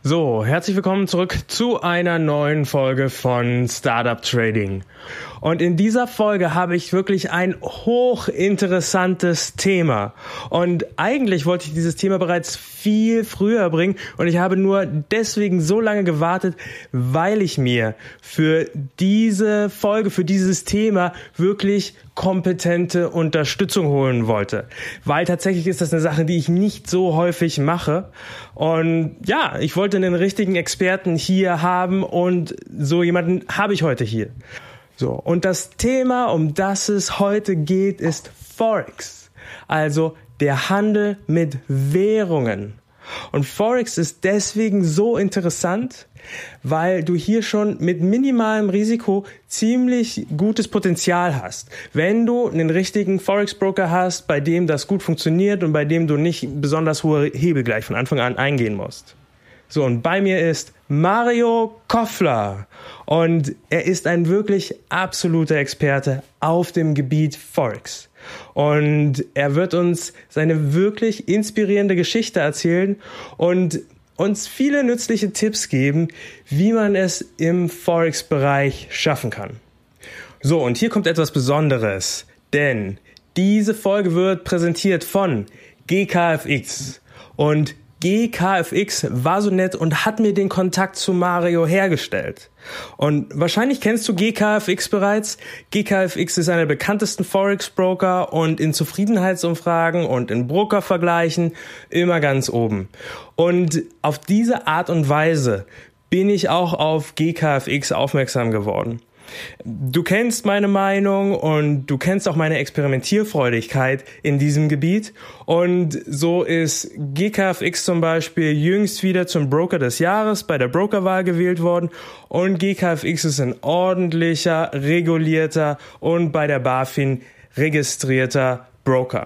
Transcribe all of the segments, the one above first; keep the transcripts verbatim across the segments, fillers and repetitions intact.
So, herzlich willkommen zurück zu einer neuen Folge von Startup Trading. Und in dieser Folge habe ich wirklich ein hochinteressantes Thema. Und eigentlich wollte ich dieses Thema bereits viel früher bringen. Und ich habe nur deswegen so lange gewartet, weil ich mir für diese Folge, für dieses Thema wirklich kompetente Unterstützung holen wollte. Weil tatsächlich ist das eine Sache, die ich nicht so häufig mache. Und ja, ich wollte einen richtigen Experten hier haben und so jemanden habe ich heute hier. So, und das Thema, um das es heute geht, ist Forex, also der Handel mit Währungen. Und Forex ist deswegen so interessant, weil du hier schon mit minimalem Risiko ziemlich gutes Potenzial hast. Wenn du einen richtigen Forex-Broker hast, bei dem das gut funktioniert und bei dem du nicht besonders hohe Hebel gleich von Anfang an eingehen musst. So, und bei mir ist Mario Koffler und er ist ein wirklich absoluter Experte auf dem Gebiet Forex. Und er wird uns seine wirklich inspirierende Geschichte erzählen und uns viele nützliche Tipps geben, wie man es im Forex-Bereich schaffen kann. So, und hier kommt etwas Besonderes, denn diese Folge wird präsentiert von G K F X und G K F X war so nett und hat mir den Kontakt zu Mario hergestellt. Und wahrscheinlich kennst du G K F X bereits. G K F X ist einer der bekanntesten Forex-Broker und in Zufriedenheitsumfragen und in Brokervergleichen immer ganz oben. Und auf diese Art und Weise bin ich auch auf G K F X aufmerksam geworden. Du kennst meine Meinung und du kennst auch meine Experimentierfreudigkeit in diesem Gebiet. Und so ist G K F X zum Beispiel jüngst wieder zum Broker des Jahres bei der Brokerwahl gewählt worden. Und G K F X ist ein ordentlicher, regulierter und bei der BaFin registrierter Broker.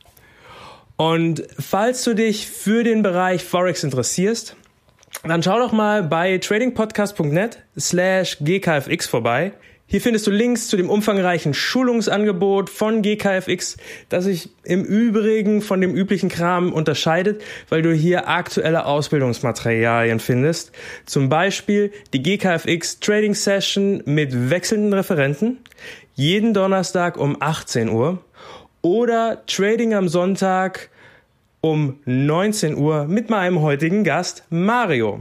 Und falls du dich für den Bereich Forex interessierst, dann schau doch mal bei tradingpodcast.net slash GKFX vorbei. Hier findest du Links zu dem umfangreichen Schulungsangebot von G K F X, das sich im Übrigen von dem üblichen Kram unterscheidet, weil du hier aktuelle Ausbildungsmaterialien findest. Zum Beispiel die G K F X Trading Session mit wechselnden Referenten, jeden Donnerstag um achtzehn Uhr oder Trading am Sonntag um neunzehn Uhr mit meinem heutigen Gast Mario.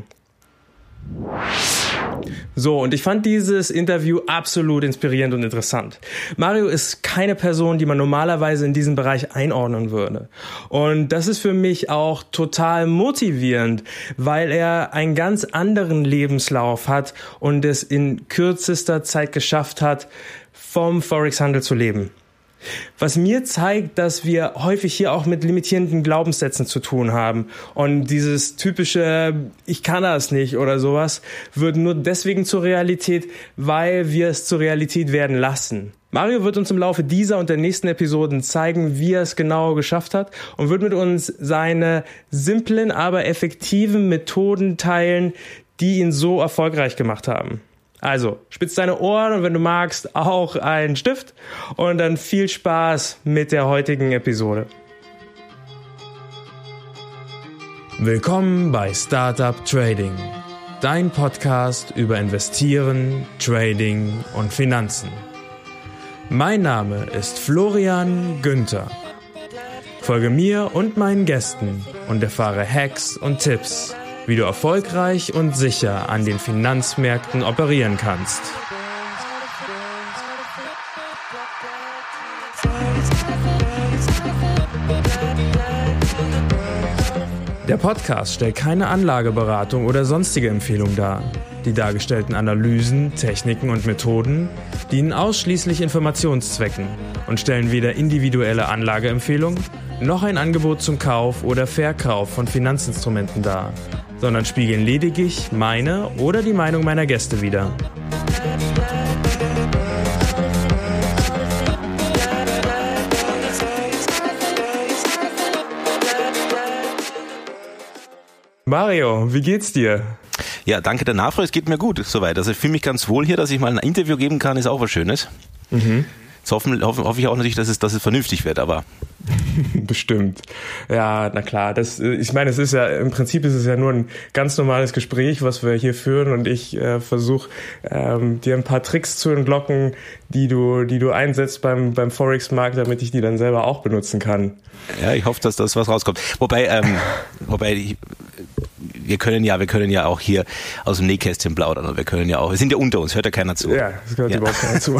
So, und ich fand dieses Interview absolut inspirierend und interessant. Mario ist keine Person, die man normalerweise in diesem Bereich einordnen würde. Und das ist für mich auch total motivierend, weil er einen ganz anderen Lebenslauf hat und es in kürzester Zeit geschafft hat, vom Forex-Handel zu leben. Was mir zeigt, dass wir häufig hier auch mit limitierenden Glaubenssätzen zu tun haben. Und dieses typische, ich kann das nicht oder sowas, wird nur deswegen zur Realität, weil wir es zur Realität werden lassen. Mario wird uns im Laufe dieser und der nächsten Episoden zeigen, wie er es genau geschafft hat und wird mit uns seine simplen, aber effektiven Methoden teilen, die ihn so erfolgreich gemacht haben. Also, spitz deine Ohren und wenn du magst, auch einen Stift und dann viel Spaß mit der heutigen Episode. Willkommen bei Startup Trading, dein Podcast über Investieren, Trading und Finanzen. Mein Name ist Florian Günther. Folge mir und meinen Gästen und erfahre Hacks und Tipps, wie du erfolgreich und sicher an den Finanzmärkten operieren kannst. Der Podcast stellt keine Anlageberatung oder sonstige Empfehlung dar. Die dargestellten Analysen, Techniken und Methoden dienen ausschließlich Informationszwecken und stellen weder individuelle Anlageempfehlungen noch ein Angebot zum Kauf oder Verkauf von Finanzinstrumenten dar, sondern spiegeln lediglich meine oder die Meinung meiner Gäste wider. Mario, wie geht's dir? Ja, danke der Nachfrage, es geht mir gut soweit. Also ich fühle mich ganz wohl hier, dass ich mal ein Interview geben kann, ist auch was Schönes. Mhm. Jetzt hoffen, hoffe, hoffe ich auch natürlich, dass es, dass es vernünftig wird, aber bestimmt. Ja, na klar. Das, ich meine, es ist ja, im Prinzip ist es ja nur ein ganz normales Gespräch, was wir hier führen, und ich äh, versuche ähm, dir ein paar Tricks zu entlocken, die du, die du einsetzt beim, beim Forex-Markt, damit ich die dann selber auch benutzen kann. Ja, ich hoffe, dass das was rauskommt. Wobei, ähm, wobei ich, wir können ja, wir können ja auch hier aus dem Nähkästchen plaudern, und wir können ja auch, wir sind ja unter uns, hört ja keiner zu. Ja, das gehört ja. überhaupt keiner zu.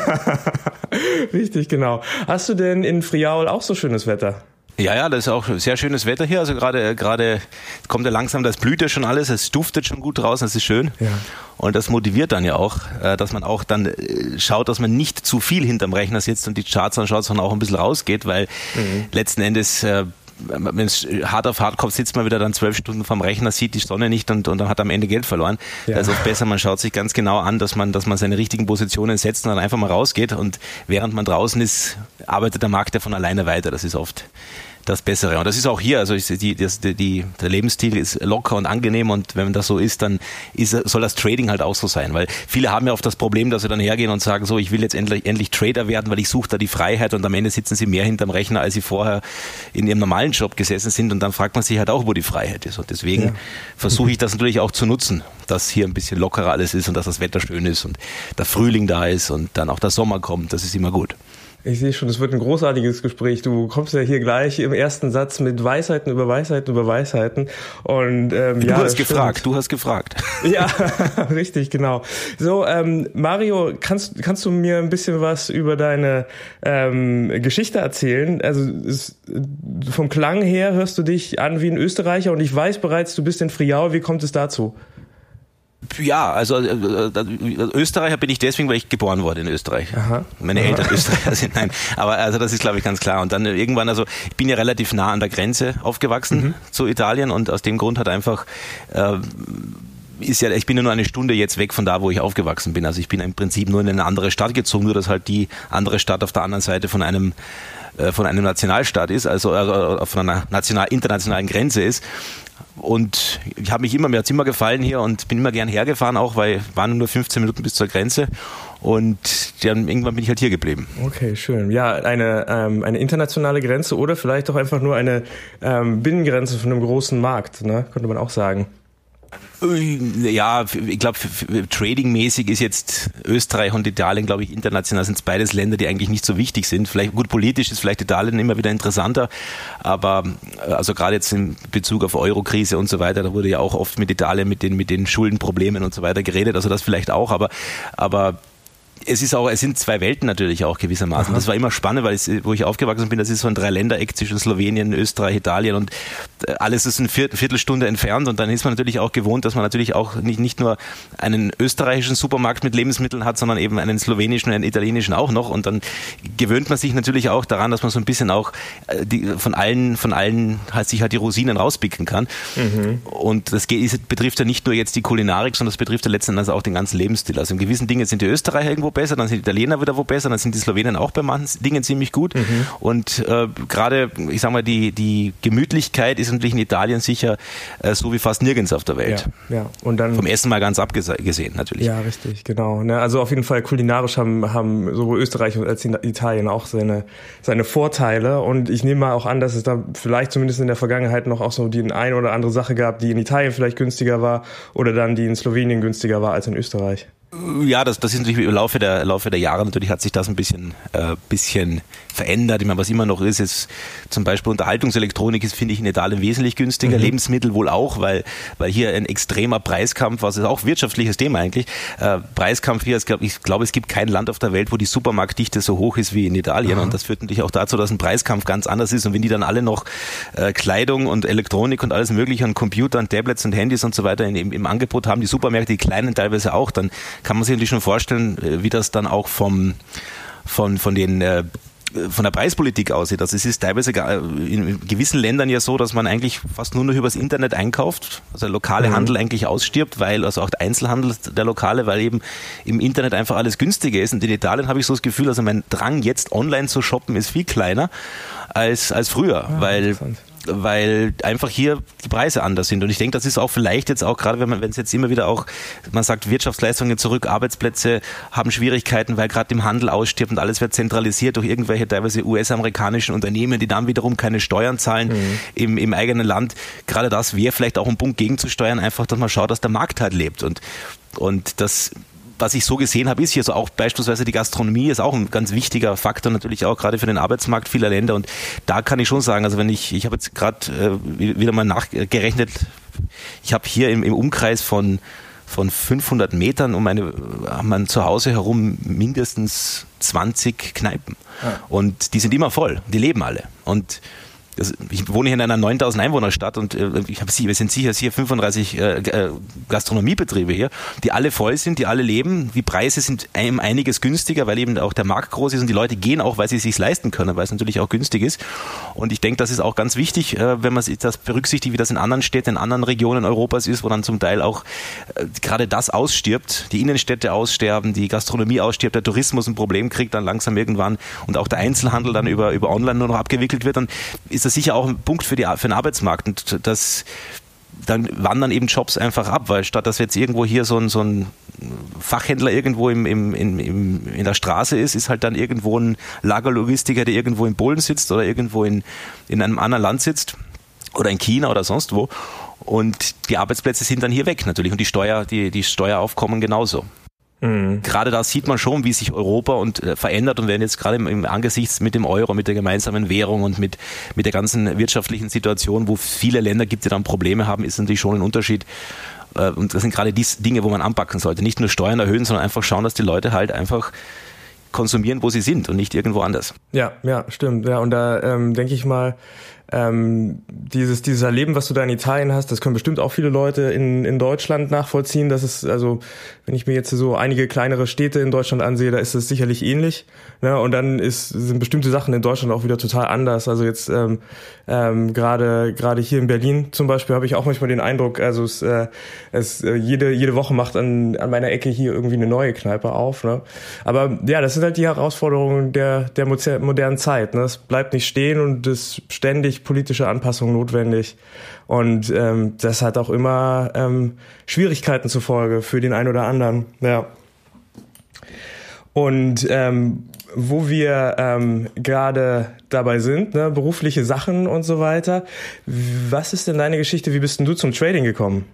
Richtig, genau. Hast du denn in Friaul auch so schönes Wetter? Ja, ja, das ist auch sehr schönes Wetter hier. Also gerade gerade kommt ja langsam, das blüht ja schon alles, es duftet schon gut draußen, das ist schön. Ja. Und das motiviert dann ja auch, dass man auch dann schaut, dass man nicht zu viel hinterm Rechner sitzt und die Charts anschaut, sondern auch ein bisschen rausgeht, weil mhm. letzten Endes, wenn es hart auf hart kommt, sitzt man wieder dann zwölf Stunden vorm Rechner, sieht die Sonne nicht und, und dann hat am Ende Geld verloren. Ja. Also besser, man schaut sich ganz genau an, dass man, dass man seine richtigen Positionen setzt und dann einfach mal rausgeht, und während man draußen ist, arbeitet der Markt ja von alleine weiter. Das ist oft das Bessere. Und das ist auch hier, also die, das, die, der Lebensstil ist locker und angenehm, und wenn das so ist, dann ist, soll das Trading halt auch so sein, weil viele haben ja oft das Problem, dass sie dann hergehen und sagen, so, ich will jetzt endlich, endlich Trader werden, weil ich suche da die Freiheit, und am Ende sitzen sie mehr hinterm Rechner, als sie vorher in ihrem normalen Job gesessen sind, und dann fragt man sich halt auch, wo die Freiheit ist, und deswegen ja. versuche ich das natürlich auch zu nutzen, dass hier ein bisschen lockerer alles ist und dass das Wetter schön ist und der Frühling da ist und dann auch der Sommer kommt, das ist immer gut. Ich sehe schon, es wird ein großartiges Gespräch. Du kommst ja hier gleich im ersten Satz mit Weisheiten über Weisheiten über Weisheiten. Und ähm, du ja, hast gefragt, stimmt. du hast gefragt. Ja, richtig, genau. So, ähm, Mario, kannst kannst du mir ein bisschen was über deine ähm, Geschichte erzählen? Also es, vom Klang her hörst du dich an wie ein Österreicher, und ich weiß bereits, du bist in Friaul. Wie kommt es dazu? Ja, also äh, Österreicher bin ich deswegen, weil ich geboren wurde in Österreich. Aha. Meine Aha. Eltern Österreicher sind, nein. Aber also das ist, glaube ich, ganz klar. Und dann irgendwann, also ich bin ja relativ nah an der Grenze aufgewachsen mhm. zu Italien, und aus dem Grund hat einfach äh, ist ja, ich bin ja nur eine Stunde jetzt weg von da, wo ich aufgewachsen bin. Also ich bin im Prinzip nur in eine andere Stadt gezogen, nur dass halt die andere Stadt auf der anderen Seite von einem von einem Nationalstaat ist, also äh, von einer national internationalen Grenze ist. Und ich habe mich immer, mir hat's immer gefallen hier, und bin immer gern hergefahren, auch weil waren nur fünfzehn Minuten bis zur Grenze, und dann irgendwann bin ich halt hier geblieben. Okay, schön. Ja, eine ähm, eine internationale Grenze oder vielleicht auch einfach nur eine ähm, Binnengrenze von einem großen Markt, ne? Könnte man auch sagen. Ja, ich glaube, tradingmäßig ist jetzt Österreich und Italien, glaube ich, international sind es beides Länder, die eigentlich nicht so wichtig sind. Vielleicht gut, politisch ist vielleicht Italien immer wieder interessanter, aber also gerade jetzt in Bezug auf Euro-Krise und so weiter, da wurde ja auch oft mit Italien, mit den mit den Schuldenproblemen und so weiter geredet, also das vielleicht auch, aber aber es ist auch, es sind zwei Welten natürlich auch gewissermaßen. Aha. Das war immer spannend, weil es, wo ich aufgewachsen bin, das ist so ein Dreiländereck zwischen Slowenien, Österreich, Italien, und alles ist eine Viertelstunde entfernt, und dann ist man natürlich auch gewohnt, dass man natürlich auch nicht, nicht nur einen österreichischen Supermarkt mit Lebensmitteln hat, sondern eben einen slowenischen und einen italienischen auch noch, und dann gewöhnt man sich natürlich auch daran, dass man so ein bisschen auch die, von allen, von allen halt sich halt die Rosinen rauspicken kann. Mhm. Und das geht, betrifft ja nicht nur jetzt die Kulinarik, sondern das betrifft ja letzten Endes auch den ganzen Lebensstil. Also in gewissen Dingen sind die Österreicher irgendwo besser, dann sind die Italiener wieder wo besser, dann sind die Slowenen auch bei manchen Dingen ziemlich gut. Mhm. Und äh, gerade, ich sag mal, die, die Gemütlichkeit ist natürlich in Italien sicher äh, so wie fast nirgends auf der Welt. Ja, ja. Und dann vom Essen mal ganz abgesehen natürlich. Ja, richtig, genau. Ne? Also auf jeden Fall kulinarisch haben, haben sowohl Österreich als Italien auch seine, seine Vorteile, und ich nehme mal auch an, dass es da vielleicht zumindest in der Vergangenheit noch auch so die eine oder andere Sache gab, die in Italien vielleicht günstiger war oder dann die in Slowenien günstiger war als in Österreich. Ja, das, das ist natürlich im Laufe der, Laufe der Jahre, natürlich hat sich das ein bisschen, äh, bisschen verändert. Ich meine, was immer noch ist, ist zum Beispiel Unterhaltungselektronik ist, finde ich, in Italien wesentlich günstiger. Mhm. Lebensmittel wohl auch, weil, weil hier ein extremer Preiskampf, was ist auch wirtschaftliches Thema eigentlich, äh, Preiskampf hier, ich glaube, ich glaube, es gibt kein Land auf der Welt, wo die Supermarktdichte so hoch ist wie in Italien. Aha. Und das führt natürlich auch dazu, dass ein Preiskampf ganz anders ist. Und wenn die dann alle noch äh, Kleidung und Elektronik und alles mögliche an Computern, Tablets und Handys und so weiter in, im, im Angebot haben, die Supermärkte, die kleinen teilweise auch, dann kann man sich natürlich schon vorstellen, wie das dann auch vom, von, von den, äh, von der Preispolitik aussieht. Also es ist teilweise gar, in gewissen Ländern ja so, dass man eigentlich fast nur noch übers Internet einkauft, also der lokale mhm. Handel eigentlich ausstirbt, weil, also auch der Einzelhandel der Lokale, weil eben im Internet einfach alles günstiger ist. Und in Italien habe ich so das Gefühl, also mein Drang jetzt online zu shoppen ist viel kleiner als, als früher, ja, weil weil einfach hier die Preise anders sind. Und ich denke, das ist auch vielleicht jetzt auch, gerade wenn man, wenn es jetzt immer wieder auch, man sagt Wirtschaftsleistungen zurück, Arbeitsplätze haben Schwierigkeiten, weil gerade im Handel ausstirbt und alles wird zentralisiert durch irgendwelche teilweise U S-amerikanischen Unternehmen, die dann wiederum keine Steuern zahlen mhm. im, im eigenen Land. Gerade das wäre vielleicht auch ein Punkt gegenzusteuern, einfach, dass man schaut, dass der Markt halt lebt. Und, und das, was ich so gesehen habe, ist hier so auch beispielsweise die Gastronomie ist auch ein ganz wichtiger Faktor natürlich auch gerade für den Arbeitsmarkt vieler Länder und da kann ich schon sagen, also wenn ich, ich habe jetzt gerade äh, wieder mal nachgerechnet, ich habe hier im, im Umkreis von von fünfhundert Metern um meine, haben man zu Hause herum mindestens zwanzig Kneipen ja. und die sind immer voll, die leben alle und Das, ich wohne hier in einer neuntausend Einwohnerstadt und äh, ich habe sie, wir sind sicher hier fünfunddreißig äh, Gastronomiebetriebe hier, die alle voll sind, die alle leben. Die Preise sind einem einiges günstiger, weil eben auch der Markt groß ist und die Leute gehen auch, weil sie es sich leisten können, weil es natürlich auch günstig ist. Und ich denke, das ist auch ganz wichtig, äh, wenn man das berücksichtigt, wie das in anderen Städten, in anderen Regionen Europas ist, wo dann zum Teil auch äh, gerade das ausstirbt, die Innenstädte aussterben, die Gastronomie ausstirbt, der Tourismus ein Problem kriegt dann langsam irgendwann und auch der Einzelhandel dann über, über Online nur noch abgewickelt wird, dann ist das sicher auch ein Punkt für, die, für den Arbeitsmarkt und das, dann wandern eben Jobs einfach ab, weil statt dass jetzt irgendwo hier so ein, so ein Fachhändler irgendwo im, im, im, in der Straße ist, ist halt dann irgendwo ein Lagerlogistiker, der irgendwo in Polen sitzt oder irgendwo in, in einem anderen Land sitzt oder in China oder sonst wo und die Arbeitsplätze sind dann hier weg natürlich und die Steuer, die, die Steueraufkommen genauso. Mhm. Gerade da sieht man schon, wie sich Europa und äh, verändert und wenn jetzt gerade im, im Angesichts mit dem Euro, mit der gemeinsamen Währung und mit, mit der ganzen wirtschaftlichen Situation, wo viele Länder gibt, die dann Probleme haben, ist natürlich schon ein Unterschied. Äh, und das sind gerade die Dinge, wo man anpacken sollte. Nicht nur Steuern erhöhen, sondern einfach schauen, dass die Leute halt einfach konsumieren, wo sie sind und nicht irgendwo anders. Ja, ja, stimmt. Ja, und da ähm, denke ich mal, ähm, dieses dieses Erleben, was du da in Italien hast, das können bestimmt auch viele Leute in in Deutschland nachvollziehen. Das ist also, wenn ich mir jetzt so einige kleinere Städte in Deutschland ansehe, da ist es sicherlich ähnlich. Ne? Und dann ist sind bestimmte Sachen in Deutschland auch wieder total anders. Also jetzt ähm, ähm, gerade gerade hier in Berlin zum Beispiel habe ich auch manchmal den Eindruck, also es, äh, es äh, jede jede Woche macht an an meiner Ecke hier irgendwie eine neue Kneipe auf. Ne? Aber ja, das sind halt die Herausforderungen der der modernen Zeit. Ne? Es bleibt nicht stehen und es ständig politische Anpassung notwendig und ähm, das hat auch immer ähm, Schwierigkeiten zur Folge für den einen oder anderen. Ja. Und ähm, wo wir ähm, gerade dabei sind, ne, berufliche Sachen und so weiter, was ist denn deine Geschichte? Wie bist denn du zum Trading gekommen?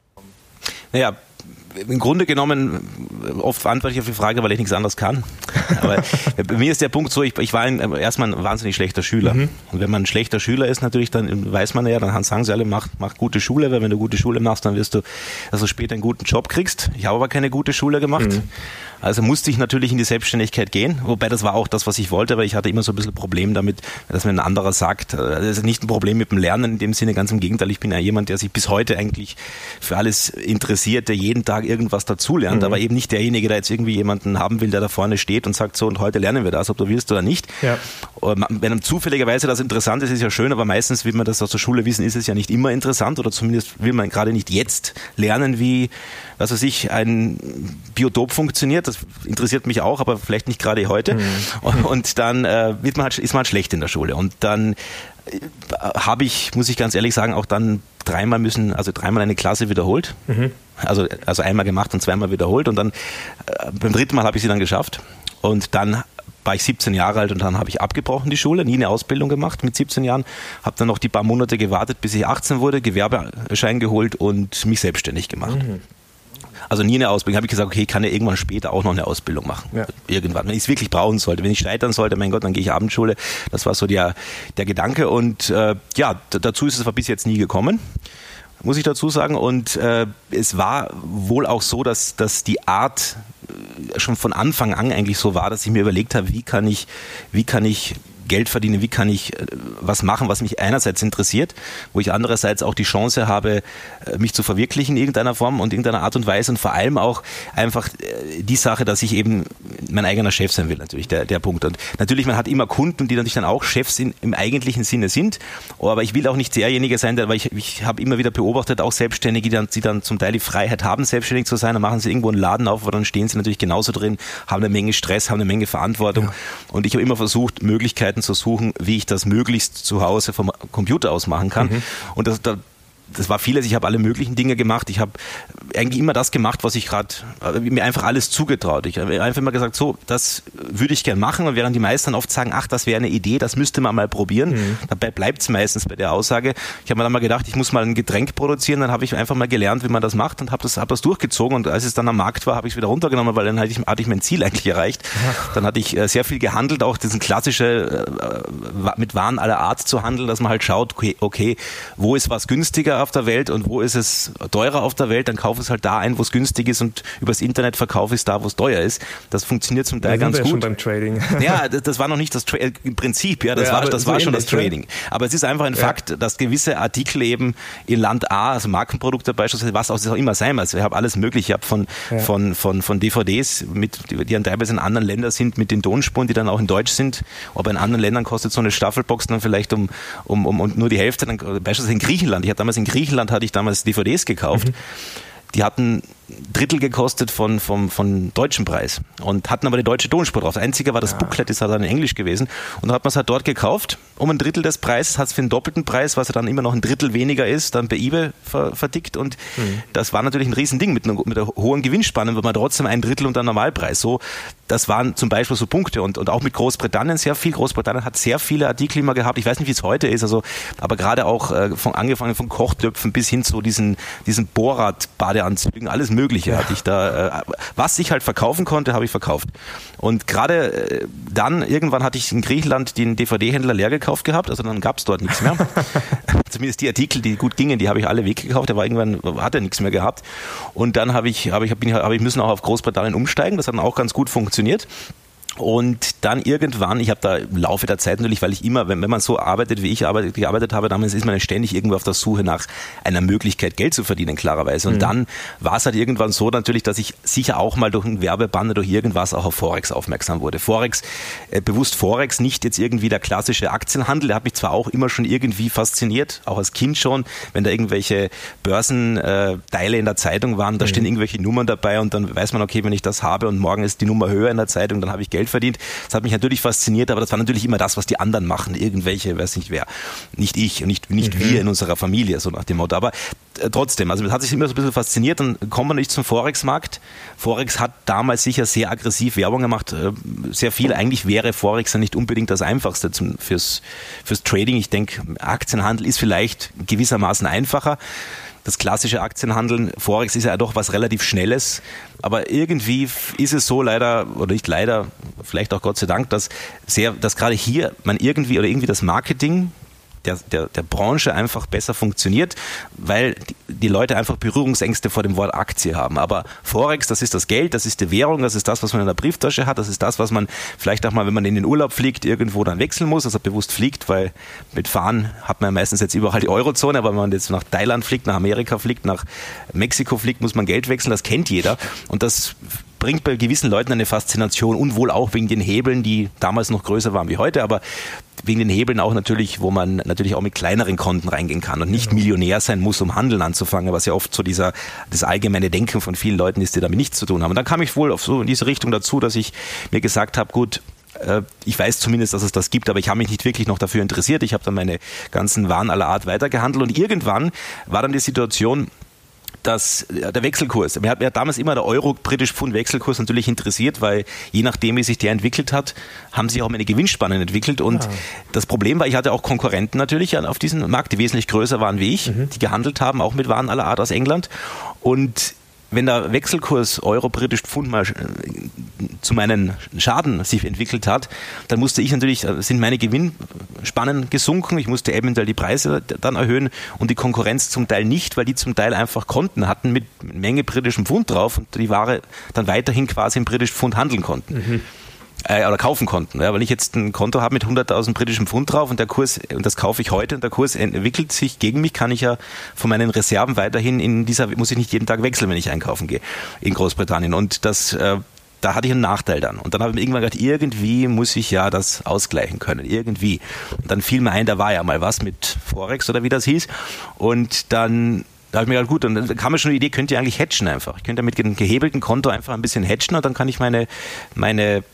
Naja, im Grunde genommen, oft antworte ich auf die Frage, weil ich nichts anderes kann. Aber bei mir ist der Punkt so, ich, ich war ein, erstmal ein wahnsinnig schlechter Schüler. Mhm. Und wenn man ein schlechter Schüler ist, natürlich, dann weiß man ja, dann sagen sie alle, mach, mach gute Schule, weil wenn du gute Schule machst, dann wirst du, dass du später einen guten Job kriegst. Ich habe aber keine gute Schule gemacht. Mhm. Also musste ich natürlich in die Selbstständigkeit gehen, wobei das war auch das, was ich wollte, weil ich hatte immer so ein bisschen Problem damit, dass mir ein anderer sagt, das ist nicht ein Problem mit dem Lernen in dem Sinne, ganz im Gegenteil, ich bin ja jemand, der sich bis heute eigentlich für alles interessiert, der jeden Tag irgendwas dazulernt, mhm. aber eben nicht derjenige, der jetzt irgendwie jemanden haben will, der da vorne steht und sagt so, und heute lernen wir das, ob du willst oder nicht. Ja. Wenn einem zufälligerweise das interessant ist, ist ja schön, aber meistens will man das aus der Schule wissen, ist es ja nicht immer interessant oder zumindest will man gerade nicht jetzt lernen, wie, was weiß ich, ein Biotop funktioniert. Das interessiert mich auch, aber vielleicht nicht gerade heute. Mhm. Und dann äh, wird man halt, ist man halt schlecht in der Schule. Und dann äh, habe ich, muss ich ganz ehrlich sagen, auch dann dreimal müssen, also dreimal eine Klasse wiederholt. Mhm. Also, also einmal gemacht und zweimal wiederholt. Und dann äh, beim dritten Mal habe ich sie dann geschafft. Und dann war ich siebzehn Jahre alt und dann habe ich abgebrochen die Schule, nie eine Ausbildung gemacht mit siebzehn Jahren, habe dann noch die paar Monate gewartet, bis ich achtzehn wurde, Gewerbeschein geholt und mich selbstständig gemacht. Mhm. Also nie eine Ausbildung. Habe ich gesagt, okay, ich kann ja irgendwann später auch noch eine Ausbildung machen. Ja. Irgendwann, wenn ich es wirklich brauchen sollte. Wenn ich scheitern sollte, mein Gott, dann gehe ich Abendschule. Das war so der, der Gedanke. Und äh, ja, d- dazu ist es aber bis jetzt nie gekommen, muss ich dazu sagen. Und äh, es war wohl auch so, dass, dass die Art äh, schon von Anfang an eigentlich so war, dass ich mir überlegt habe, wie kann ich, wie kann ich Geld verdienen, wie kann ich was machen, was mich einerseits interessiert, wo ich andererseits auch die Chance habe, mich zu verwirklichen in irgendeiner Form und irgendeiner Art und Weise und vor allem auch einfach die Sache, dass ich eben mein eigener Chef sein will, natürlich der, der Punkt. Und natürlich, man hat immer Kunden, die natürlich dann auch Chefs in, im eigentlichen Sinne sind, aber ich will auch nicht derjenige sein, der, weil ich, ich habe immer wieder beobachtet, auch Selbstständige, die dann, die dann zum Teil die Freiheit haben, selbstständig zu sein, dann machen sie irgendwo einen Laden auf, aber dann stehen sie natürlich genauso drin, haben eine Menge Stress, haben eine Menge Verantwortung ja. Und ich habe immer versucht, Möglichkeiten Möglichkeiten zu suchen, wie ich das möglichst zu Hause vom Computer aus machen kann. Mhm. Und das, da, das war vieles, ich habe alle möglichen Dinge gemacht. Ich habe eigentlich immer das gemacht, was ich gerade, mir einfach alles zugetraut. Ich habe einfach immer gesagt, so, das würde ich gern machen. Und während die meisten dann oft sagen, ach, das wäre eine Idee, das müsste man mal probieren. Mhm. Dabei bleibt es meistens bei der Aussage. Ich habe mir dann mal gedacht, ich muss mal ein Getränk produzieren. Dann habe ich einfach mal gelernt, wie man das macht und habe das, hab das durchgezogen. Und als es dann am Markt war, habe ich es wieder runtergenommen, weil dann hatte ich, hatte ich mein Ziel eigentlich erreicht. Ach. Dann hatte ich sehr viel gehandelt, auch diesen klassische, mit Waren aller Art zu handeln, dass man halt schaut, okay, okay, wo ist was günstiger auf der Welt und wo ist es teurer auf der Welt, dann kaufe es halt da ein, wo es günstig ist und übers Internet verkaufe es da, wo es teuer ist. Das funktioniert zum Teil ganz gut. Schon beim Trading. Ja, das, das war noch nicht das Tra- im Prinzip, ja, das ja, war, das so war schon das Trading. Aber es ist einfach ein ja. Fakt, dass gewisse Artikel eben in Land A, also Markenprodukte beispielsweise, was auch, das auch immer sein muss. Ich habe alles mögliche, ich habe von, ja. von, von, von D V Ds, mit, die dann teilweise in anderen Ländern sind, mit den Tonspuren, die dann auch in Deutsch sind, aber in anderen Ländern kostet so eine Staffelbox dann vielleicht um, um, um, um nur die Hälfte, dann, beispielsweise in Griechenland. Ich habe damals in Griechenland hatte ich damals D V Ds gekauft. Mhm. Die hatten Drittel gekostet von, vom, von deutschen Preis und hatten aber die deutsche Tonspur drauf. Das Einzige war das ja. Booklet, das war dann in Englisch gewesen. Und dann hat man es halt dort gekauft, um ein Drittel des Preises, hat es für einen doppelten Preis, was ja dann immer noch ein Drittel weniger ist, dann bei eBay ver, verdickt. Und mhm. das war natürlich ein Riesending mit einer, mit einer hohen Gewinnspanne, weil man trotzdem ein Drittel unter Normalpreis. So, das waren zum Beispiel so Punkte. Und, und auch mit Großbritannien sehr viel. Großbritannien hat sehr viele Artikel immer gehabt. Ich weiß nicht, wie es heute ist, also, aber gerade auch äh, von, angefangen von Kochtöpfen bis hin zu diesen, diesen Borat-Badeanzügen, alles Mögliche ja. hatte ich da. Äh, was ich halt verkaufen konnte, habe ich verkauft. Und gerade äh, dann, irgendwann hatte ich in Griechenland den D V D-Händler leer gekauft gehabt, also dann gab es dort nichts mehr. Zumindest die Artikel, die gut gingen, die habe ich alle weggekauft, der war irgendwann, hat er nichts mehr gehabt. Und dann habe ich, habe ich, bin ich, habe ich müssen auch auf Großbritannien umsteigen, das hat dann auch ganz gut funktioniert. Und dann irgendwann, ich habe da im Laufe der Zeit natürlich, weil ich immer, wenn, wenn man so arbeitet, wie ich arbeitet, gearbeitet habe, damals ist man ständig irgendwo auf der Suche nach einer Möglichkeit, Geld zu verdienen, klarerweise. Und mhm. dann war es halt irgendwann so natürlich, dass ich sicher auch mal durch einen Werbebanner, durch irgendwas auch auf Forex aufmerksam wurde. Forex, äh, bewusst Forex, nicht jetzt irgendwie der klassische Aktienhandel, der hat mich zwar auch immer schon irgendwie fasziniert, auch als Kind schon, wenn da irgendwelche Börsenteile äh, in der Zeitung waren, da mhm. stehen irgendwelche Nummern dabei und dann weiß man, okay, wenn ich das habe und morgen ist die Nummer höher in der Zeitung, dann habe ich Geld verdient. Das hat mich natürlich fasziniert, aber das war natürlich immer das, was die anderen machen. Irgendwelche, weiß nicht wer. Nicht ich und nicht, nicht mhm. wir in unserer Familie, so nach dem Motto. Aber äh, trotzdem, also das hat sich immer so ein bisschen fasziniert. Dann kommen wir nicht zum Forex-Markt. Forex hat damals sicher sehr aggressiv Werbung gemacht. Äh, sehr viel. Eigentlich wäre Forex ja nicht unbedingt das Einfachste zum, fürs, fürs Trading. Ich denke, Aktienhandel ist vielleicht gewissermaßen einfacher. Das klassische Aktienhandeln, Forex ist ja doch was relativ Schnelles, aber irgendwie ist es so leider, oder nicht leider, vielleicht auch Gott sei Dank, dass sehr, dass gerade hier man irgendwie oder irgendwie das Marketing Der, der, der Branche einfach besser funktioniert, weil die, die Leute einfach Berührungsängste vor dem Wort Aktie haben. Aber Forex, das ist das Geld, das ist die Währung, das ist das, was man in der Brieftasche hat, das ist das, was man vielleicht auch mal, wenn man in den Urlaub fliegt, irgendwo dann wechseln muss, also bewusst fliegt, weil mit Fahren hat man ja meistens jetzt überall die Eurozone, aber wenn man jetzt nach Thailand fliegt, nach Amerika fliegt, nach Mexiko fliegt, muss man Geld wechseln, das kennt jeder. Und das bringt bei gewissen Leuten eine Faszination und wohl auch wegen den Hebeln, die damals noch größer waren wie heute, aber wegen den Hebeln auch natürlich, wo man natürlich auch mit kleineren Konten reingehen kann und nicht Millionär sein muss, um Handeln anzufangen, was ja oft so dieser, das allgemeine Denken von vielen Leuten ist, die damit nichts zu tun haben. Und dann kam ich wohl auf so in diese Richtung dazu, dass ich mir gesagt habe, gut, ich weiß zumindest, dass es das gibt, aber ich habe mich nicht wirklich noch dafür interessiert. Ich habe dann meine ganzen Waren aller Art weitergehandelt und irgendwann war dann die Situation, dass der Wechselkurs, mir hat, mir hat damals immer der Euro-Britisch-Pfund-Wechselkurs natürlich interessiert, weil je nachdem, wie sich der entwickelt hat, haben sich auch meine Gewinnspannen entwickelt und ah. das Problem war, ich hatte auch Konkurrenten natürlich auf diesem Markt, die wesentlich größer waren wie ich, mhm. die gehandelt haben, auch mit Waren aller Art aus England und wenn der Wechselkurs Euro-Britisch-Pfund mal zu meinen Schaden sich entwickelt hat, dann musste ich natürlich, sind meine Gewinnspannen gesunken, ich musste eventuell die Preise dann erhöhen und die Konkurrenz zum Teil nicht, weil die zum Teil einfach Konten hatten mit Menge britischem Pfund drauf und die Ware dann weiterhin quasi im britischen Pfund handeln konnten. Mhm. Oder kaufen konnten. Ja, weil ich jetzt ein Konto habe mit hunderttausend britischem Pfund drauf und der Kurs, und das kaufe ich heute und der Kurs entwickelt sich gegen mich, kann ich ja von meinen Reserven weiterhin in dieser, muss ich nicht jeden Tag wechseln, wenn ich einkaufen gehe in Großbritannien. Und das, äh, da hatte ich einen Nachteil dann. Und dann habe ich mir irgendwann gedacht, irgendwie muss ich ja das ausgleichen können. Irgendwie. Und dann fiel mir ein, da war ja mal was mit Forex oder wie das hieß. Und dann Da habe ich mir gedacht, gut, und dann kam mir schon die Idee, könnt ihr eigentlich hedgen einfach. Ich könnte mit einem gehebelten Konto einfach ein bisschen hedgen und dann kann ich meine, meine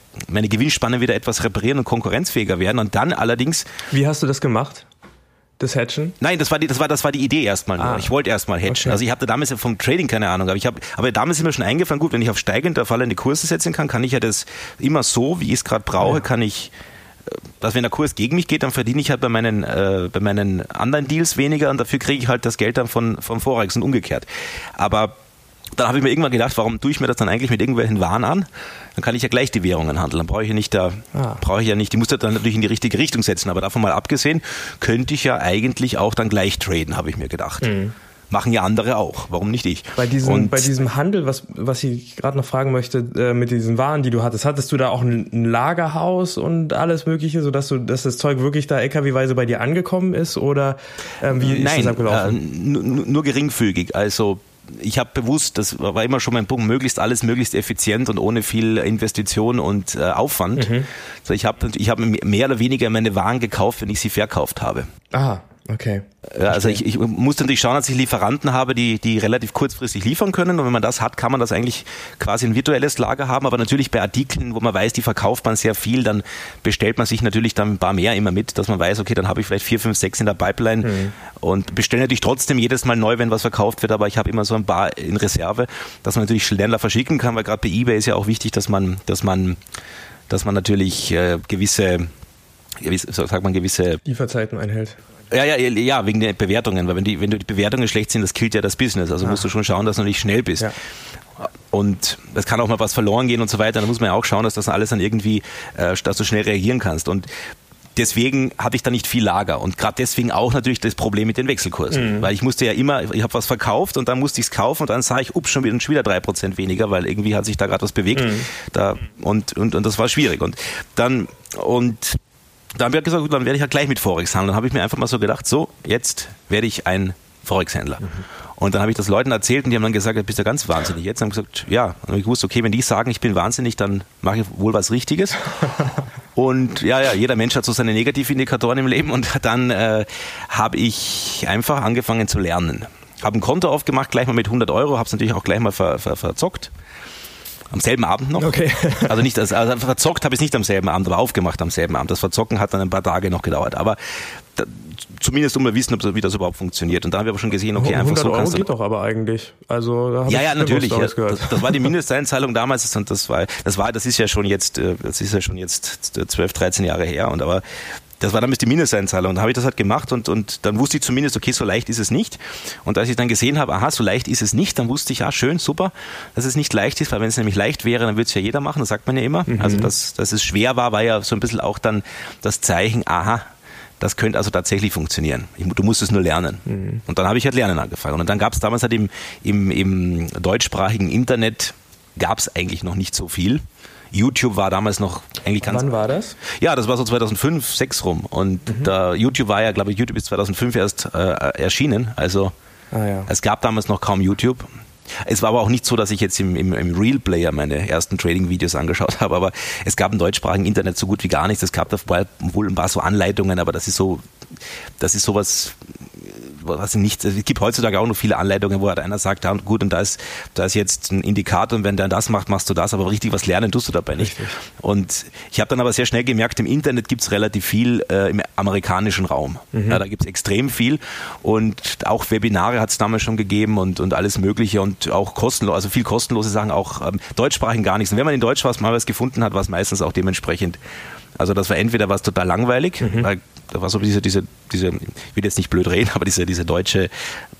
meine Gewinnspanne wieder etwas reparieren und konkurrenzfähiger werden und dann allerdings... Wie hast du das gemacht? Das Hedgen? Nein, das war die, das war, das war die Idee erstmal. Ah. Ich wollte erstmal hedgen. Okay. Also ich hatte damals vom Trading keine Ahnung, aber ich habe, aber damals ist mir schon eingefallen, gut, wenn ich auf steigende, fallende Kurse setzen kann, kann ich ja das immer so, wie ich es gerade brauche, ja. kann ich, dass wenn der Kurs gegen mich geht, dann verdiene ich halt bei meinen, äh, bei meinen anderen Deals weniger und dafür kriege ich halt das Geld dann von, vom Forex und umgekehrt. Aber dann habe ich mir irgendwann gedacht, warum tue ich mir das dann eigentlich mit irgendwelchen Waren an? Dann kann ich ja gleich die Währungen handeln. Dann brauche ich ja nicht da, ah. brauche ich ja nicht, die muss dann natürlich in die richtige Richtung setzen. Aber davon mal abgesehen, könnte ich ja eigentlich auch dann gleich traden, habe ich mir gedacht. Mhm. Machen ja andere auch. Warum nicht ich? Bei diesem, und bei diesem Handel, was, was ich gerade noch fragen möchte, äh, mit diesen Waren, die du hattest, hattest du da auch ein, ein Lagerhaus und alles Mögliche, sodass du, dass das Zeug wirklich da L K W-weise bei dir angekommen ist? Oder äh, wie ist Nein, das abgelaufen? Äh, nur, nur geringfügig. Also ich habe bewusst, das war immer schon mein Punkt, möglichst alles möglichst effizient und ohne viel Investition und äh, Aufwand. Mhm. Also ich habe ich hab mehr oder weniger meine Waren gekauft, wenn ich sie verkauft habe. Aha, okay. Also ich, ich muss natürlich schauen, dass ich Lieferanten habe, die, die relativ kurzfristig liefern können. Und wenn man das hat, kann man das eigentlich quasi ein virtuelles Lager haben. Aber natürlich bei Artikeln, wo man weiß, die verkauft man sehr viel, dann bestellt man sich natürlich dann ein paar mehr immer mit, dass man weiß, okay, dann habe ich vielleicht vier, fünf, sechs in der Pipeline mhm. und bestelle natürlich trotzdem jedes Mal neu, wenn was verkauft wird. Aber ich habe immer so ein paar in Reserve, dass man natürlich schneller verschicken kann, weil gerade bei eBay ist ja auch wichtig, dass man, dass man, dass man natürlich äh, gewisse, gewisse, sagt man gewisse Lieferzeiten einhält. Ja, ja, ja, wegen der Bewertungen, weil wenn die, wenn die Bewertungen schlecht sind, das killt ja das Business. Also ah. musst du schon schauen, dass du nicht schnell bist. Ja. Und es kann auch mal was verloren gehen und so weiter. Da muss man ja auch schauen, dass das alles dann irgendwie, äh, dass du schnell reagieren kannst. Und deswegen hatte ich da nicht viel Lager. Und gerade deswegen auch natürlich das Problem mit den Wechselkursen. Mhm. Weil ich musste ja immer, ich habe was verkauft und dann musste ich es kaufen und dann sah ich, ups, schon wieder, schon wieder drei Prozent weniger, weil irgendwie hat sich da gerade was bewegt. Mhm. Da, und, und, und das war schwierig. Und dann, und Da haben wir gesagt, gut, dann werde ich halt gleich mit Forex handeln. Dann habe ich mir einfach mal so gedacht, so, jetzt werde ich ein Forex-Händler. Mhm. Und dann habe ich das Leuten erzählt und die haben dann gesagt, du bist ja ganz wahnsinnig. Jetzt haben gesagt, ja. Und dann habe ich gewusst, okay, wenn die sagen, ich bin wahnsinnig, dann mache ich wohl was Richtiges. Und ja, ja, jeder Mensch hat so seine Negativindikatoren im Leben. Und dann äh, habe ich einfach angefangen zu lernen. Habe ein Konto aufgemacht, gleich mal mit hundert Euro, habe es natürlich auch gleich mal ver, ver, verzockt. Am selben Abend noch. Okay. Also nicht, also verzockt habe ich es nicht am selben Abend, aber aufgemacht am selben Abend. Das Verzocken hat dann ein paar Tage noch gedauert. Aber da, zumindest um mal wissen, ob, wie das überhaupt funktioniert. Und da haben wir aber schon gesehen, okay, einfach so kannst du... hundert Euro geht doch aber eigentlich. Also, da ja, ja, natürlich. Ja, das, das war die Mindesteinzahlung damals und das war, das war, das ist ja schon jetzt, das ist ja schon jetzt zwölf, dreizehn Jahre her. Und aber das war damals die Mindesteinzahlung. Und da habe ich das halt gemacht und, und dann wusste ich zumindest, okay, so leicht ist es nicht. Und als ich dann gesehen habe, aha, so leicht ist es nicht, dann wusste ich, ja, schön, super, dass es nicht leicht ist, weil wenn es nämlich leicht wäre, dann würde es ja jeder machen, das sagt man ja immer. Mhm. Also, dass, dass es schwer war, war ja so ein bisschen auch dann das Zeichen, aha, das könnte also tatsächlich funktionieren. Ich, du musst es nur lernen. Mhm. Und dann habe ich halt lernen angefangen. Und dann gab es damals halt im, im, im deutschsprachigen Internet, gab es eigentlich noch nicht so viel. YouTube war damals noch eigentlich ganz... Wann war das? Ja, das war so zweitausendfünf, zweitausendsechs rum. Und mhm. da YouTube war ja, glaube ich, YouTube ist zweitausendfünf erst äh, erschienen. Also ah, ja. Es gab damals noch kaum YouTube. Es war aber auch nicht so, dass ich jetzt im, im, im Real Player meine ersten Trading-Videos angeschaut habe, aber es gab im deutschsprachigen Internet so gut wie gar nichts. Es gab da wohl ein paar so Anleitungen, aber das ist so, das ist sowas... Was nicht, es gibt heutzutage auch noch viele Anleitungen, wo halt einer sagt, ja, gut, und da ist, da ist jetzt ein Indikator und wenn der das macht, machst du das, aber richtig was lernen tust du dabei nicht. Richtig. Und ich habe dann aber sehr schnell gemerkt, im Internet gibt es relativ viel äh, im amerikanischen Raum. Mhm. Ja, da gibt es extrem viel und auch Webinare hat es damals schon gegeben und, und alles Mögliche und auch kostenlos, also viel kostenlose Sachen, auch ähm, deutschsprachigen gar nichts. Und wenn man in Deutsch was mal was gefunden hat, war es meistens auch dementsprechend. Also das war entweder was total langweilig, mhm. weil da war so diese, diese, diese, ich will jetzt nicht blöd reden, aber diese, diese deutsche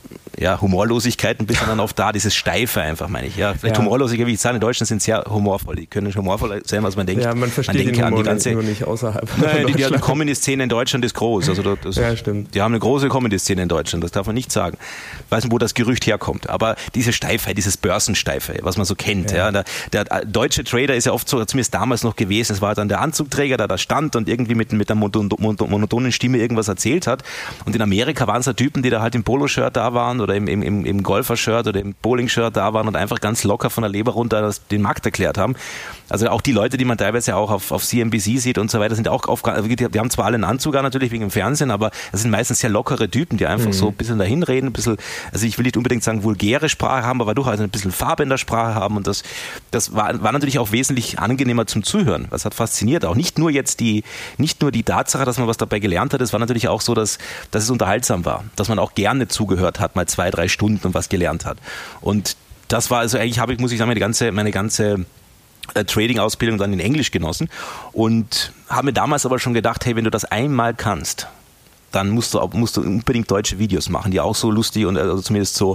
ja, Humorlosigkeit ein bisschen dann oft da, dieses Steife einfach, meine ich. Ja, vielleicht ja. Humorlosigkeit, wie ich sage, die Deutschen sind sehr humorvoll, die können humorvoll sein, was man denkt. Ja, man versteht man den Humor an die ganze, nur nicht außerhalb. Nein, die, die, die Comedy-Szene in Deutschland ist groß. Also das, ja, stimmt. Die haben eine große Comedy-Szene in Deutschland, das darf man nicht sagen. Ich weiß nicht, wo das Gerücht herkommt, aber diese Steifheit, dieses Börsensteife, was man so kennt. Ja. Ja, der, der deutsche Trader ist ja oft so, zumindest damals noch gewesen, es war dann der Anzugträger, der da stand und irgendwie mit, mit einer monotonen Stimme irgendwas erzählt hat. Und in Amerika waren es ja Typen, die da halt im Poloshirt da waren oder oder im, im, im Golfer-Shirt oder im Bowling-Shirt da waren und einfach ganz locker von der Leber runter das, den Markt erklärt haben. Also auch die Leute, die man teilweise auch auf, auf C N B C sieht und so weiter, sind auch auf, die, die haben zwar alle einen Anzug an, natürlich wegen dem Fernsehen, aber das sind meistens sehr lockere Typen, die einfach mhm. so ein bisschen dahin reden, ein bisschen, also ich will nicht unbedingt sagen vulgäre Sprache haben, aber durchaus ein bisschen Farbe in der Sprache haben und das, das war, war natürlich auch wesentlich angenehmer zum Zuhören. Das hat fasziniert auch. Nicht nur jetzt die, nicht nur die Tatsache, dass man was dabei gelernt hat, es war natürlich auch so, dass, dass es unterhaltsam war, dass man auch gerne zugehört hat, mal zwei, drei Stunden und was gelernt hat. Und das war also eigentlich, habe ich, muss ich sagen, meine ganze, meine ganze Trading-Ausbildung dann in Englisch genossen und habe mir damals aber schon gedacht, hey, wenn du das einmal kannst, dann musst du, musst du unbedingt deutsche Videos machen, die auch so lustig und also zumindest so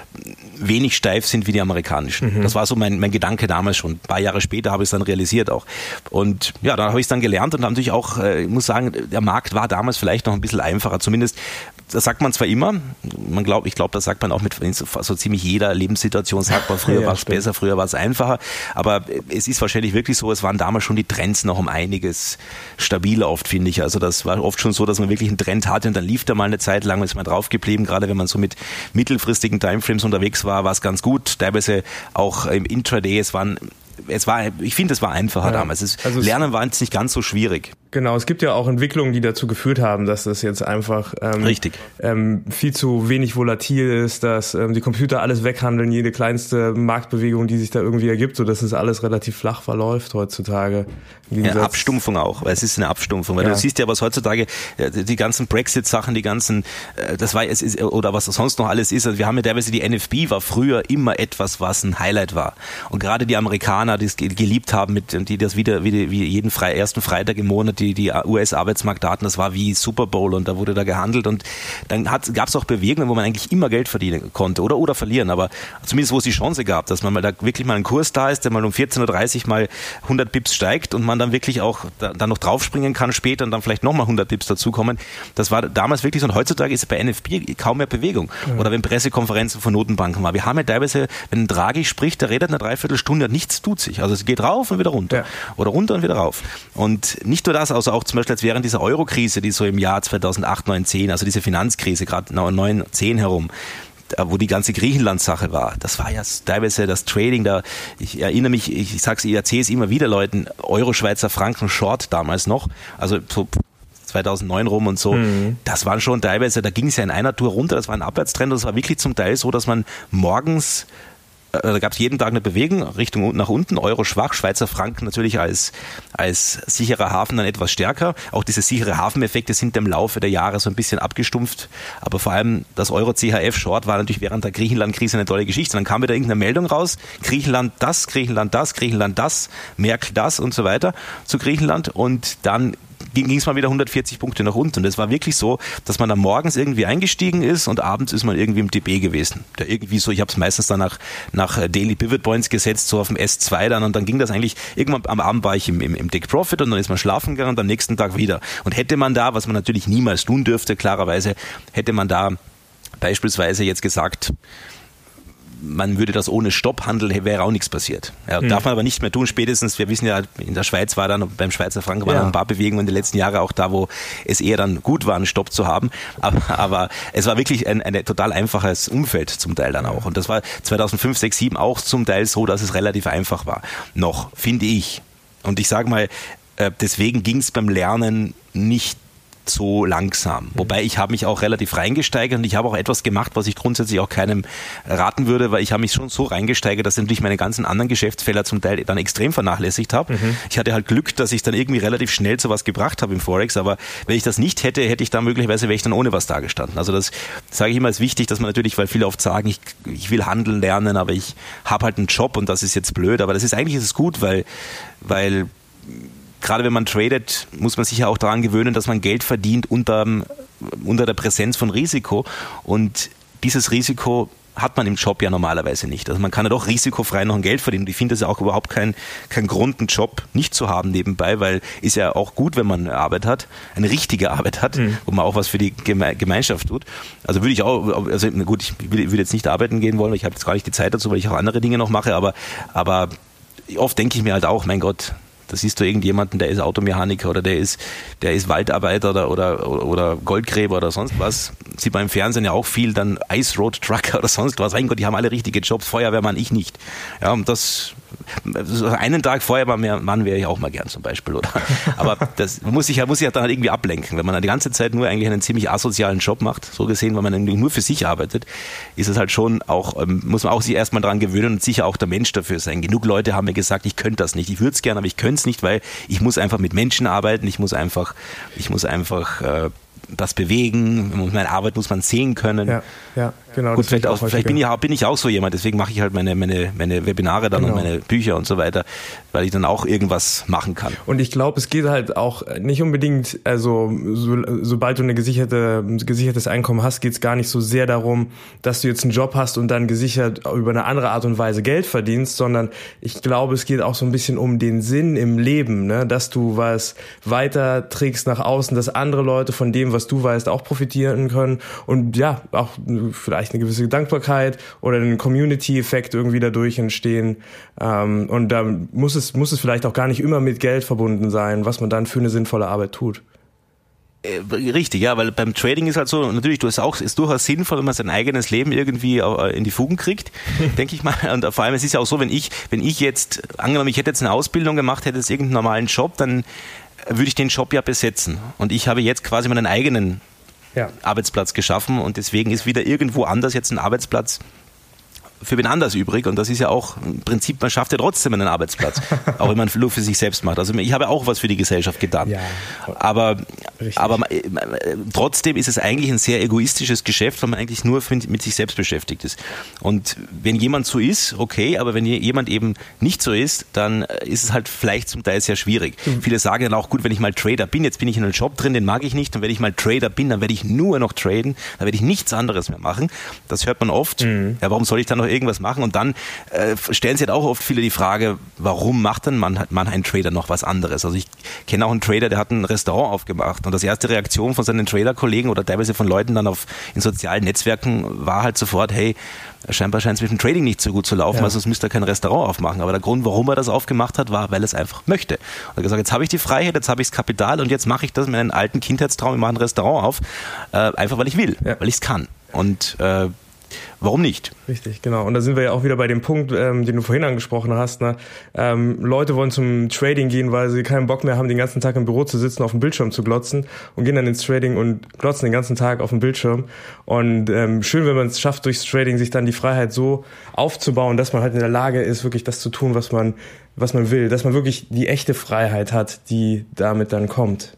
wenig steif sind wie die amerikanischen. Mhm. Das war so mein, mein Gedanke damals schon. Ein paar Jahre später habe ich es dann realisiert auch. Und ja, dann habe ich es dann gelernt und natürlich auch, ich muss sagen, der Markt war damals vielleicht noch ein bisschen einfacher. Zumindest, das sagt man zwar immer, man glaubt, ich glaube, das sagt man auch mit so ziemlich jeder Lebenssituation, sagt man, früher ja, war es besser, früher war es einfacher. Aber es ist wahrscheinlich wirklich so, es waren damals schon die Trends noch um einiges stabiler oft, finde ich. Also das war oft schon so, dass man wirklich einen Trend hatte und dann lief der mal eine Zeit lang, ist man drauf geblieben, gerade wenn man so mit mittelfristigen Timeframes unterwegs war, war es ganz gut. Teilweise auch im Intraday, es waren, es war, ich finde, es war einfacher ja. damals. Es, also Lernen war jetzt nicht ganz so schwierig. Genau, es gibt ja auch Entwicklungen, die dazu geführt haben, dass das jetzt einfach ähm, Richtig. Ähm, viel zu wenig volatil ist, dass ähm, die Computer alles weghandeln, jede kleinste Marktbewegung, die sich da irgendwie ergibt, sodass es alles relativ flach verläuft heutzutage. Ja, Abstumpfung auch, weil es ist eine Abstumpfung. Weil ja. du siehst ja, was heutzutage, die ganzen Brexit-Sachen, die ganzen, das war es ist, oder was sonst noch alles ist. Also wir haben ja teilweise, die N F B war früher immer etwas, was ein Highlight war. Und gerade die Amerikaner, die es geliebt haben, mit, die das wieder, wie, wie jeden Fre- ersten Freitag im Monat, die, die U S-Arbeitsmarktdaten, das war wie Super Bowl und da wurde da gehandelt und dann gab es auch Bewegungen, wo man eigentlich immer Geld verdienen konnte oder oder verlieren, aber zumindest wo es die Chance gab, dass man mal da wirklich mal ein Kurs da ist, der mal um vierzehn Uhr dreißig mal hundert Pips steigt und man dann wirklich auch da, dann noch draufspringen kann später und dann vielleicht nochmal hundert Pips dazukommen. Das war damals wirklich so und heutzutage ist bei N F B kaum mehr Bewegung. Ja. Oder wenn Pressekonferenzen von Notenbanken war. Wir haben ja teilweise, wenn Draghi spricht, der redet eine Dreiviertelstunde und nichts tut sich. Also es geht rauf und wieder runter. Ja. Oder runter und wieder rauf. Und nicht nur das, also auch zum Beispiel jetzt während dieser Euro-Krise, die so im Jahr zweitausendacht, neun, zehn, also diese Finanzkrise, gerade neun, zehn herum, wo die ganze Griechenland-Sache war, das war ja teilweise das Trading, da, ich erinnere mich, ich sag's, ich erzähle es immer wieder Leuten, Euro, Schweizer Franken, Short damals noch, also so zweitausendneun rum und so, mhm. das waren schon teilweise, da ging es ja in einer Tour runter, das war ein Abwärtstrend und es war wirklich zum Teil so, dass man morgens da gab es jeden Tag eine Bewegung Richtung nach unten, Euro schwach, Schweizer Franken natürlich als, als sicherer Hafen dann etwas stärker. Auch diese sichere Hafeneffekte sind im Laufe der Jahre so ein bisschen abgestumpft, aber vor allem das Euro-C H F-Short war natürlich während der Griechenland-Krise eine tolle Geschichte. Dann kam wieder irgendeine Meldung raus, Griechenland das, Griechenland das, Griechenland das, Merkel das und so weiter zu Griechenland und dann ging es mal wieder hundertvierzig Punkte nach unten. Und es war wirklich so, dass man da morgens irgendwie eingestiegen ist und abends ist man irgendwie im D B gewesen. Der irgendwie so, ich habe es meistens dann nach, nach Daily Pivot Points gesetzt, so auf dem S zwei dann und dann ging das eigentlich, irgendwann am Abend war ich im, im, im Take Profit und dann ist man schlafen gegangen und am nächsten Tag wieder. Und hätte man da, was man natürlich niemals tun dürfte, klarerweise, hätte man da beispielsweise jetzt gesagt, man würde das ohne Stopp handeln, wäre auch nichts passiert. Ja, hm. Darf man aber nicht mehr tun, spätestens, wir wissen ja, in der Schweiz war dann, beim Schweizer Franken waren ja. ein paar Bewegungen in den letzten Jahren auch da, wo es eher dann gut war, einen Stopp zu haben, aber, aber es war wirklich ein, ein total einfaches Umfeld zum Teil dann auch und das war zweitausendfünf, sechs, sieben auch zum Teil so, dass es relativ einfach war. Noch, finde ich. Und ich sage mal, deswegen ging es beim Lernen nicht so langsam. Wobei ich habe mich auch relativ reingesteigert und ich habe auch etwas gemacht, was ich grundsätzlich auch keinem raten würde, weil ich habe mich schon so reingesteigert, dass ich natürlich meine ganzen anderen Geschäftsfelder zum Teil dann extrem vernachlässigt habe. Mhm. Ich hatte halt Glück, dass ich dann irgendwie relativ schnell zu was gebracht habe im Forex, aber wenn ich das nicht hätte, hätte ich da möglicherweise, wäre ich dann ohne was dagestanden. Also das sage ich immer, ist wichtig, dass man natürlich, weil viele oft sagen, ich, ich will handeln lernen, aber ich habe halt einen Job und das ist jetzt blöd, aber das ist eigentlich ist es gut, weil, weil gerade wenn man tradet, muss man sich ja auch daran gewöhnen, dass man Geld verdient unter, unter der Präsenz von Risiko und dieses Risiko hat man im Job ja normalerweise nicht. Also man kann ja doch risikofrei noch ein Geld verdienen. Und ich finde das ja auch überhaupt kein, kein Grund, einen Job nicht zu haben nebenbei, weil ist ja auch gut, wenn man eine Arbeit hat, eine richtige Arbeit hat, mhm. wo man auch was für die Geme- Gemeinschaft tut. Also würde ich auch, also gut, ich will, will jetzt nicht arbeiten gehen wollen, ich habe jetzt gar nicht die Zeit dazu, weil ich auch andere Dinge noch mache, aber, aber oft denke ich mir halt auch, mein Gott, Da siehst du irgendjemanden, der ist Automechaniker oder der ist, der ist Waldarbeiter oder, oder, oder Goldgräber oder sonst was. Sieht man im Fernsehen ja auch viel, dann Ice Road Trucker oder sonst was. Mein Gott, die haben alle richtige Jobs, Feuerwehrmann, ich nicht. Ja, und das, einen Tag Feuerwehrmann wäre ich auch mal gern zum Beispiel, oder? Aber das muss sich ja, muss sich ja dann halt irgendwie ablenken. Wenn man die ganze Zeit nur eigentlich einen ziemlich asozialen Job macht, so gesehen, weil man irgendwie nur für sich arbeitet, ist es halt schon auch, muss man auch sich erstmal daran gewöhnen und sicher auch der Mensch dafür sein. Genug Leute haben mir gesagt, ich könnte das nicht. Ich würde es gerne, aber ich könnte es nicht, weil ich muss einfach mit Menschen arbeiten. Ich muss einfach, ich muss einfach äh, das bewegen. Meine Arbeit muss man sehen können. Ja, ja, genau. Gut, vielleicht, auch, vielleicht bin, ich, bin ich auch so jemand, deswegen mache ich halt meine, meine, meine Webinare dann genau. und meine Bücher und so weiter, weil ich dann auch irgendwas machen kann. Und ich glaube, es geht halt auch nicht unbedingt, also so, sobald du eine gesicherte, ein gesichertes Einkommen hast, geht es gar nicht so sehr darum, dass du jetzt einen Job hast und dann gesichert über eine andere Art und Weise Geld verdienst, sondern ich glaube, es geht auch so ein bisschen um den Sinn im Leben, ne? Dass du was weiter trägst nach außen, dass andere Leute von dem, was du weißt, auch profitieren können und ja, auch vielleicht eine gewisse Dankbarkeit oder ein Community-Effekt irgendwie dadurch entstehen. Und da muss es, muss es vielleicht auch gar nicht immer mit Geld verbunden sein, was man dann für eine sinnvolle Arbeit tut. Richtig, ja, weil beim Trading ist halt so, natürlich, du hast auch, ist durchaus sinnvoll, wenn man sein eigenes Leben irgendwie in die Fugen kriegt, denke ich mal. Und vor allem, es ist ja auch so, wenn ich, wenn ich jetzt, angenommen, ich hätte jetzt eine Ausbildung gemacht, hätte jetzt irgendeinen normalen Job, dann würde ich den Job ja besetzen. Und ich habe jetzt quasi meinen eigenen ja. Arbeitsplatz geschaffen und deswegen ist wieder irgendwo anders jetzt ein Arbeitsplatz für wen anders übrig und das ist ja auch im Prinzip, man schafft ja trotzdem einen Arbeitsplatz, auch wenn man nur für sich selbst macht. Also ich habe auch was für die Gesellschaft getan, ja, aber, aber trotzdem ist es eigentlich ein sehr egoistisches Geschäft, weil man eigentlich nur mit sich selbst beschäftigt ist. Und wenn jemand so ist, okay, aber wenn jemand eben nicht so ist, dann ist es halt vielleicht zum Teil sehr schwierig. Mhm. Viele sagen dann auch, gut, wenn ich mal Trader bin, jetzt bin ich in einem Job drin, den mag ich nicht und wenn ich mal Trader bin, dann werde ich nur noch traden, dann werde ich nichts anderes mehr machen. Das hört man oft. Mhm. Ja, warum soll ich dann noch irgendwas machen und dann äh, stellen sich halt auch oft viele die Frage, warum macht denn man, man ein Trader noch was anderes? Also ich kenne auch einen Trader, der hat ein Restaurant aufgemacht und das erste Reaktion von seinen Trader-Kollegen oder teilweise von Leuten dann auf in sozialen Netzwerken war halt sofort, hey, scheinbar scheint es mit dem Trading nicht so gut zu laufen, ja. also sonst müsste er kein Restaurant aufmachen. Aber der Grund, warum er das aufgemacht hat, war, weil er es einfach möchte. Und er hat gesagt, jetzt habe ich die Freiheit, jetzt habe ich das Kapital und jetzt mache ich das mit einem alten Kindheitstraum, ich mache ein Restaurant auf, äh, einfach weil ich will, ja. weil ich es kann. Und äh, warum nicht? Richtig, genau. Und da sind wir ja auch wieder bei dem Punkt, ähm, den du vorhin angesprochen hast. Ne? Ähm, Leute wollen zum Trading gehen, weil sie keinen Bock mehr haben, den ganzen Tag im Büro zu sitzen, auf dem Bildschirm zu glotzen und gehen dann ins Trading und glotzen den ganzen Tag auf dem Bildschirm. Und ähm, schön, wenn man es schafft, durchs Trading sich dann die Freiheit so aufzubauen, dass man halt in der Lage ist, wirklich das zu tun, was man, was man will. Dass man wirklich die echte Freiheit hat, die damit dann kommt.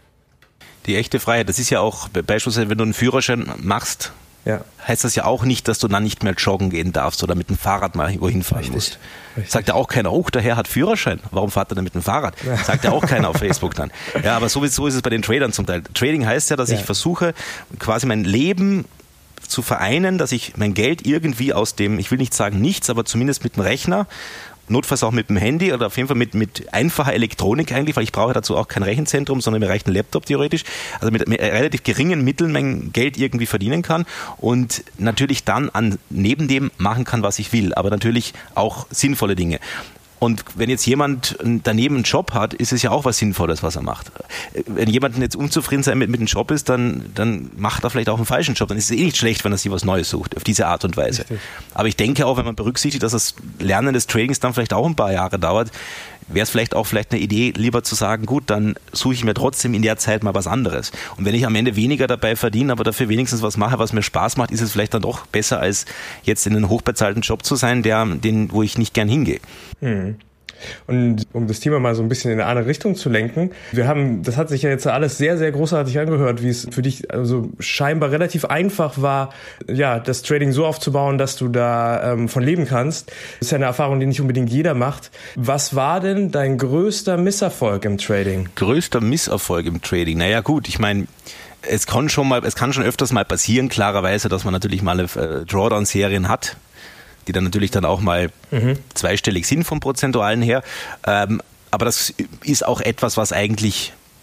Die echte Freiheit, das ist ja auch beispielsweise, wenn du einen Führerschein machst, ja. heißt das ja auch nicht, dass du dann nicht mehr joggen gehen darfst oder mit dem Fahrrad mal wohin fahren Richtig. musst. Richtig. Sagt ja auch keiner, oh, der Herr hat Führerschein, warum fährt er denn mit dem Fahrrad? Ja. Sagt ja auch keiner auf Facebook dann. Ja, aber sowieso ist es bei den Tradern zum Teil. Trading heißt ja, dass ja. ich versuche, quasi mein Leben zu vereinen, dass ich mein Geld irgendwie aus dem, ich will nicht sagen nichts, aber zumindest mit dem Rechner, notfalls auch mit dem Handy oder auf jeden Fall mit, mit einfacher Elektronik eigentlich, weil ich brauche dazu auch kein Rechenzentrum, sondern mir reicht ein Laptop theoretisch, also mit, mit relativ geringen Mitteln mein Geld irgendwie verdienen kann und natürlich dann an, neben dem machen kann, was ich will, aber natürlich auch sinnvolle Dinge. Und wenn jetzt jemand daneben einen Job hat, ist es ja auch was Sinnvolles, was er macht. Wenn jemand jetzt unzufrieden sein mit, mit dem Job ist, dann, dann macht er vielleicht auch einen falschen Job. Dann ist es eh nicht schlecht, wenn er sich was Neues sucht, auf diese Art und Weise. Richtig. Aber ich denke auch, wenn man berücksichtigt, dass das Lernen des Tradings dann vielleicht auch ein paar Jahre dauert, wäre es vielleicht auch vielleicht eine Idee, lieber zu sagen, gut, dann suche ich mir trotzdem in der Zeit mal was anderes. Und wenn ich am Ende weniger dabei verdiene, aber dafür wenigstens was mache, was mir Spaß macht, ist es vielleicht dann doch besser, als jetzt in einem hochbezahlten Job zu sein, der, den, wo ich nicht gern hingehe. Hm. Und um das Thema mal so ein bisschen in eine andere Richtung zu lenken, wir haben, das hat sich ja jetzt alles sehr, sehr großartig angehört, wie es für dich also scheinbar relativ einfach war, ja, das Trading so aufzubauen, dass du da ähm, von leben kannst. Das ist ja eine Erfahrung, die nicht unbedingt jeder macht. Was war denn dein größter Misserfolg im Trading? Größter Misserfolg im Trading? Naja gut, ich meine, es kann schon mal, es kann schon öfters mal passieren, klarerweise, dass man natürlich mal äh, Drawdown-Serien hat, die dann natürlich dann auch mal mhm. zweistellig sind vom Prozentualen her. Ähm, aber das ist auch etwas, was eigentlich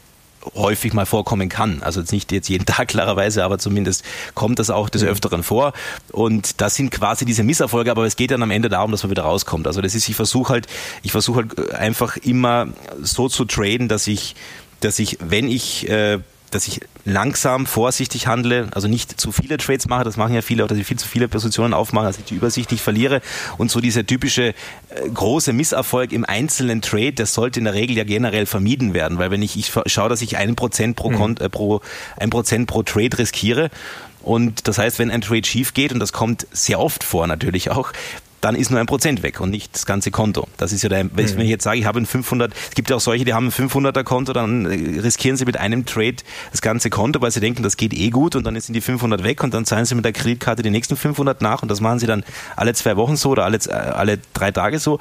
häufig mal vorkommen kann. Also nicht jetzt jeden Tag klarerweise, aber zumindest kommt das auch des Öfteren vor. Und das sind quasi diese Misserfolge, aber es geht dann am Ende darum, dass man wieder rauskommt. Also das ist, ich versuche halt, ich versuche halt einfach immer so zu traden, dass ich, dass ich, wenn ich, äh, dass ich langsam, vorsichtig handle, also nicht zu viele Trades mache, das machen ja viele, auch dass ich viel zu viele Positionen aufmache, dass ich die Übersicht nicht verliere und so dieser typische äh, große Misserfolg im einzelnen Trade, das sollte in der Regel ja generell vermieden werden, weil wenn ich, ich schaue, dass ich ein Prozent pro, mhm. äh, pro, ein Prozent pro Trade riskiere und das heißt, wenn ein Trade schief geht und das kommt sehr oft vor natürlich auch, dann ist nur ein Prozent weg und nicht das ganze Konto. Das ist ja der, wenn ich jetzt sage, ich habe ein fünfhundert, es gibt ja auch solche, die haben ein fünfhunderter Konto, dann riskieren sie mit einem Trade das ganze Konto, weil sie denken, das geht eh gut und dann sind die fünfhundert weg und dann zahlen sie mit der Kreditkarte die nächsten fünfhundert nach und das machen sie dann alle zwei Wochen so oder alle, alle drei Tage so.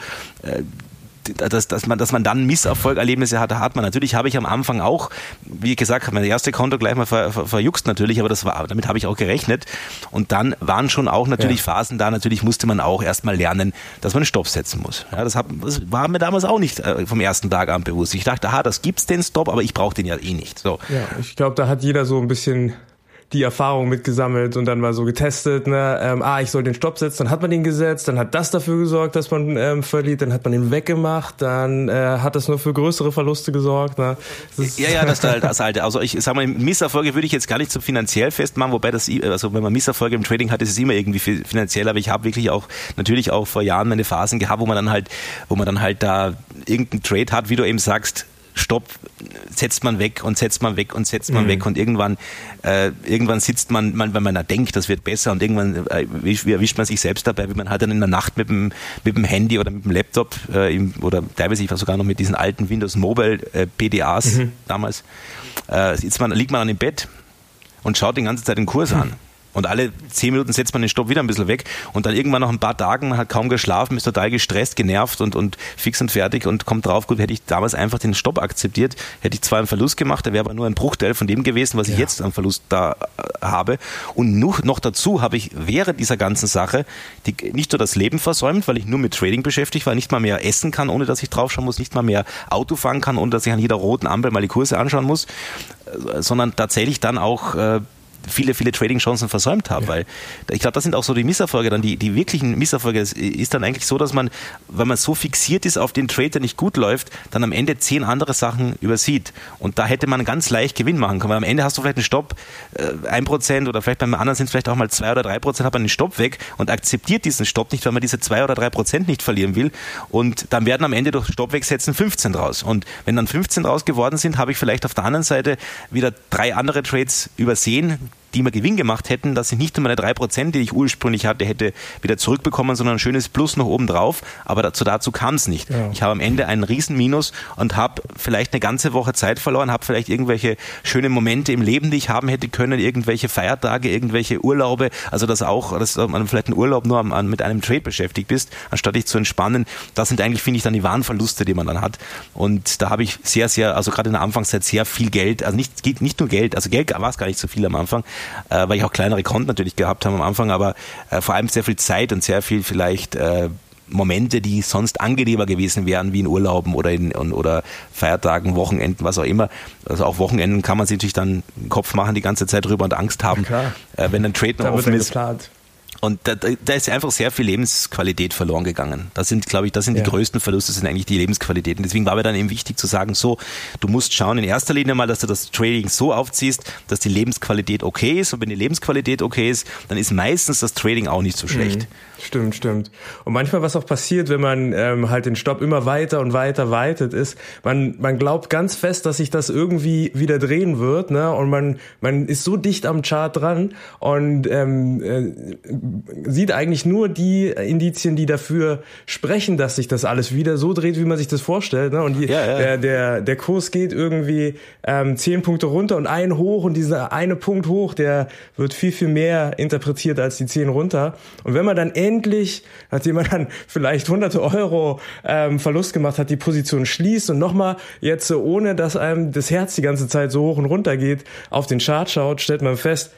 Dass, dass, man, dass man dann Misserfolgerlebnisse hat, hat man. Natürlich habe ich am Anfang auch, wie gesagt, mein erste Konto gleich mal ver, ver, verjuckst natürlich, aber das war, damit habe ich auch gerechnet. Und dann waren schon auch natürlich ja. Phasen da, natürlich musste man auch erstmal lernen, dass man einen Stopp setzen muss. Ja, das, hab, das war mir damals auch nicht äh, vom ersten Tag an bewusst. Ich dachte, aha, das gibt's den Stop, aber ich brauche den ja eh nicht. So. Ja, ich glaube, da hat jeder so ein bisschen die Erfahrung mitgesammelt und dann mal so getestet, ne, ähm, ah, ich soll den Stopp setzen, dann hat man den gesetzt, dann hat das dafür gesorgt, dass man ähm, verliert, dann hat man den weggemacht, dann äh, hat das nur für größere Verluste gesorgt. Ne. Das ja, ja, das halt, das halt. Also ich sag mal, Misserfolge würde ich jetzt gar nicht so finanziell festmachen, wobei das, also wenn man Misserfolge im Trading hat, ist es immer irgendwie finanziell, aber ich habe wirklich auch, natürlich auch vor Jahren meine Phasen gehabt, wo man dann halt, wo man dann halt da irgendeinen Trade hat, wie du eben sagst, Stopp, setzt man weg und setzt man weg und setzt man mhm. weg und irgendwann äh, irgendwann sitzt man, man, wenn man da denkt, das wird besser und irgendwann äh, erwischt man sich selbst dabei, wie man halt dann in der Nacht mit dem, mit dem Handy oder mit dem Laptop äh, im, oder teilweise ich war sogar noch mit diesen alten Windows Mobile äh, P D As mhm. damals, äh, sitzt man, liegt man dann im Bett und schaut die ganze Zeit den Kurs mhm. an. Und alle zehn Minuten setzt man den Stopp wieder ein bisschen weg und dann irgendwann nach ein paar Tagen, man hat kaum geschlafen, ist total gestresst, genervt und, und fix und fertig und kommt drauf, gut, hätte ich damals einfach den Stopp akzeptiert, hätte ich zwar einen Verlust gemacht, der wäre aber nur ein Bruchteil von dem gewesen, was ich ja. jetzt an Verlust da äh, habe. Und noch, noch dazu habe ich während dieser ganzen Sache die, nicht nur das Leben versäumt, weil ich nur mit Trading beschäftigt war, nicht mal mehr essen kann, ohne dass ich draufschauen muss, nicht mal mehr Auto fahren kann, ohne dass ich an jeder roten Ampel mal die Kurse anschauen muss, äh, sondern tatsächlich dann auch äh, viele, viele Trading-Chancen versäumt habe, ja. weil ich glaube, das sind auch so die Misserfolge, dann die, die wirklichen Misserfolge, das ist dann eigentlich so, dass man, wenn man so fixiert ist auf den Trade, der nicht gut läuft, dann am Ende zehn andere Sachen übersieht und da hätte man ganz leicht Gewinn machen können, weil am Ende hast du vielleicht einen Stopp, ein Prozent oder vielleicht beim anderen sind es vielleicht auch mal zwei oder drei Prozent, hat man den Stopp weg und akzeptiert diesen Stopp nicht, weil man diese zwei oder drei Prozent nicht verlieren will und dann werden am Ende durch Stopp wegsetzen fünfzehn draus und wenn dann fünfzehn draus geworden sind, habe ich vielleicht auf der anderen Seite wieder drei andere Trades übersehen, die mir Gewinn gemacht hätten, dass ich nicht nur meine drei Prozent, die ich ursprünglich hatte, hätte wieder zurückbekommen, sondern ein schönes Plus noch oben drauf. Aber dazu, dazu kam es nicht. Ja. Ich habe am Ende einen riesen Minus und habe vielleicht eine ganze Woche Zeit verloren, habe vielleicht irgendwelche schöne Momente im Leben, die ich haben hätte können, irgendwelche Feiertage, irgendwelche Urlaube, also dass auch, dass man vielleicht einen Urlaub nur am, mit einem Trade beschäftigt bist, anstatt dich zu entspannen. Das sind eigentlich, finde ich, dann die wahren Verluste, die man dann hat. Und da habe ich sehr, sehr, also gerade in der Anfangszeit sehr viel Geld, also nicht, nicht nur Geld, also Geld war es gar nicht so viel am Anfang, Äh, weil ich auch kleinere Konten natürlich gehabt habe am Anfang, aber äh, vor allem sehr viel Zeit und sehr viel vielleicht äh, Momente, die sonst angenehmer gewesen wären, wie in Urlauben oder in oder Feiertagen, Wochenenden, was auch immer. Also auch Wochenenden kann man sich natürlich dann den Kopf machen, die ganze Zeit drüber und Angst haben, äh, wenn ein Trade noch offen ist. Geplant. Und da, da ist einfach sehr viel Lebensqualität verloren gegangen. Das sind, glaube ich, das sind ja. die größten Verluste, sind eigentlich die Lebensqualitäten. Deswegen war mir dann eben wichtig zu sagen, so, du musst schauen in erster Linie mal, dass du das Trading so aufziehst, dass die Lebensqualität okay ist. Und wenn die Lebensqualität okay ist, dann ist meistens das Trading auch nicht so schlecht. Mhm. Stimmt, stimmt. Und manchmal, was auch passiert, wenn man ähm, halt den Stopp immer weiter und weiter weitet, ist, man man glaubt ganz fest, dass sich das irgendwie wieder drehen wird, ne? Und man man ist so dicht am Chart dran und ähm, äh, sieht eigentlich nur die Indizien, die dafür sprechen, dass sich das alles wieder so dreht, wie man sich das vorstellt, ne? Und die, ja, ja. Der, der der Kurs geht irgendwie ähm, zehn Punkte runter und einen hoch und dieser eine Punkt hoch, der wird viel, viel mehr interpretiert als die zehn runter. Und wenn man dann endlich, nachdem man dann vielleicht hunderte Euro ähm, Verlust gemacht hat, die Position schließt und nochmal jetzt, ohne dass einem das Herz die ganze Zeit so hoch und runter geht, auf den Chart schaut, stellt man fest,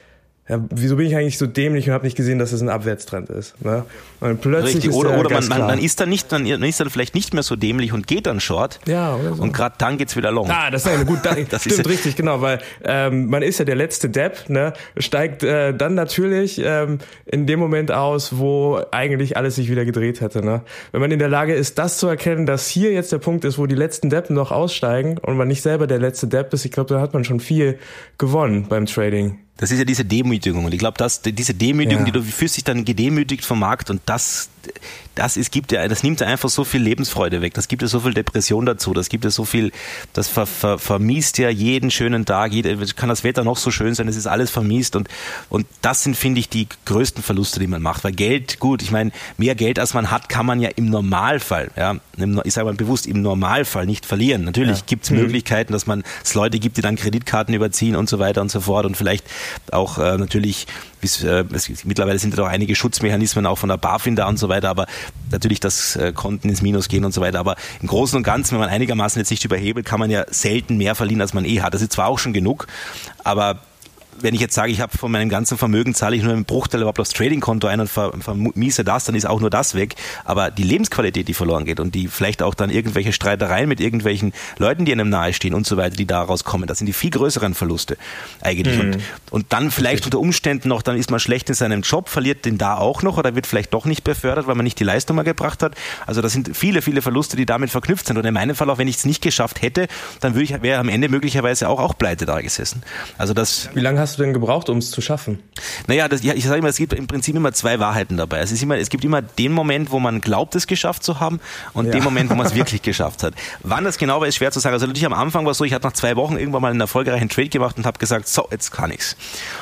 ja, wieso bin ich eigentlich so dämlich und habe nicht gesehen, dass es ein Abwärtstrend ist. Ne? Und plötzlich Richtig. ist oder der oder man, Gas man, man ist dann nicht, man ist dann vielleicht nicht mehr so dämlich und geht dann Short. Ja, oder so. Und gerade dann geht's wieder long. Ah, das ist eine gut, da, das stimmt ist richtig, genau, weil ähm, man ist ja der letzte Depp, ne, steigt äh, dann natürlich ähm, in dem Moment aus, wo eigentlich alles sich wieder gedreht hätte, ne. Wenn man in der Lage ist, das zu erkennen, dass hier jetzt der Punkt ist, wo die letzten Deppen noch aussteigen und man nicht selber der letzte Depp ist, ich glaube, da hat man schon viel gewonnen beim Trading. Das ist ja diese Demütigung. Und ich glaube, dass diese Demütigung, Ja. die du fühlst dich dann gedemütigt vom Markt und das, das ist, gibt ja, das nimmt ja einfach so viel Lebensfreude weg. Das gibt ja so viel Depression dazu. Das gibt ja so viel, das ver, ver, vermiest ja jeden schönen Tag. Jede, kann das Wetter noch so schön sein, es ist alles vermiest und, und das sind, finde ich, die größten Verluste, die man macht. Weil Geld, gut, ich meine, mehr Geld als man hat, kann man ja im Normalfall, ja, ich sage mal bewusst, im Normalfall nicht verlieren. Natürlich Ja. gibt es Mhm. Möglichkeiten, dass man es Leute gibt, die dann Kreditkarten überziehen und so weiter und so fort und vielleicht auch äh, natürlich, bis, äh, es, mittlerweile sind ja auch einige Schutzmechanismen auch von der BaFin da und so weiter, aber natürlich, dass äh, Konten ins Minus gehen und so weiter, aber im Großen und Ganzen, wenn man einigermaßen jetzt nicht überhebelt, kann man ja selten mehr verlieren, als man eh hat. Das ist zwar auch schon genug, aber wenn ich jetzt sage, ich habe von meinem ganzen Vermögen, zahle ich nur einen Bruchteil überhaupt aufs Tradingkonto ein und vermiese das, dann ist auch nur das weg. Aber die Lebensqualität, die verloren geht und die vielleicht auch dann irgendwelche Streitereien mit irgendwelchen Leuten, die einem nahestehen und so weiter, die daraus kommen, das sind die viel größeren Verluste eigentlich. Mhm. Und, und dann vielleicht unter Umständen noch, dann ist man schlecht in seinem Job, verliert den da auch noch oder wird vielleicht doch nicht befördert, weil man nicht die Leistung mal gebracht hat. Also das sind viele, viele Verluste, die damit verknüpft sind. Und in meinem Fall auch, wenn ich es nicht geschafft hätte, dann würde ich, wäre am Ende möglicherweise auch, auch pleite da gesessen. Also das. Wie lange hast du denn gebraucht, um es zu schaffen? Naja, das, ja, ich sage immer, es gibt im Prinzip immer zwei Wahrheiten dabei. Es ist immer, es gibt immer den Moment, wo man glaubt, es geschafft zu haben und ja. den Moment, wo man es wirklich geschafft hat. Wann das genau war, ist schwer zu sagen. Also natürlich am Anfang war es so, ich hatte nach zwei Wochen irgendwann mal einen erfolgreichen Trade gemacht und habe gesagt, so, jetzt kann ich's.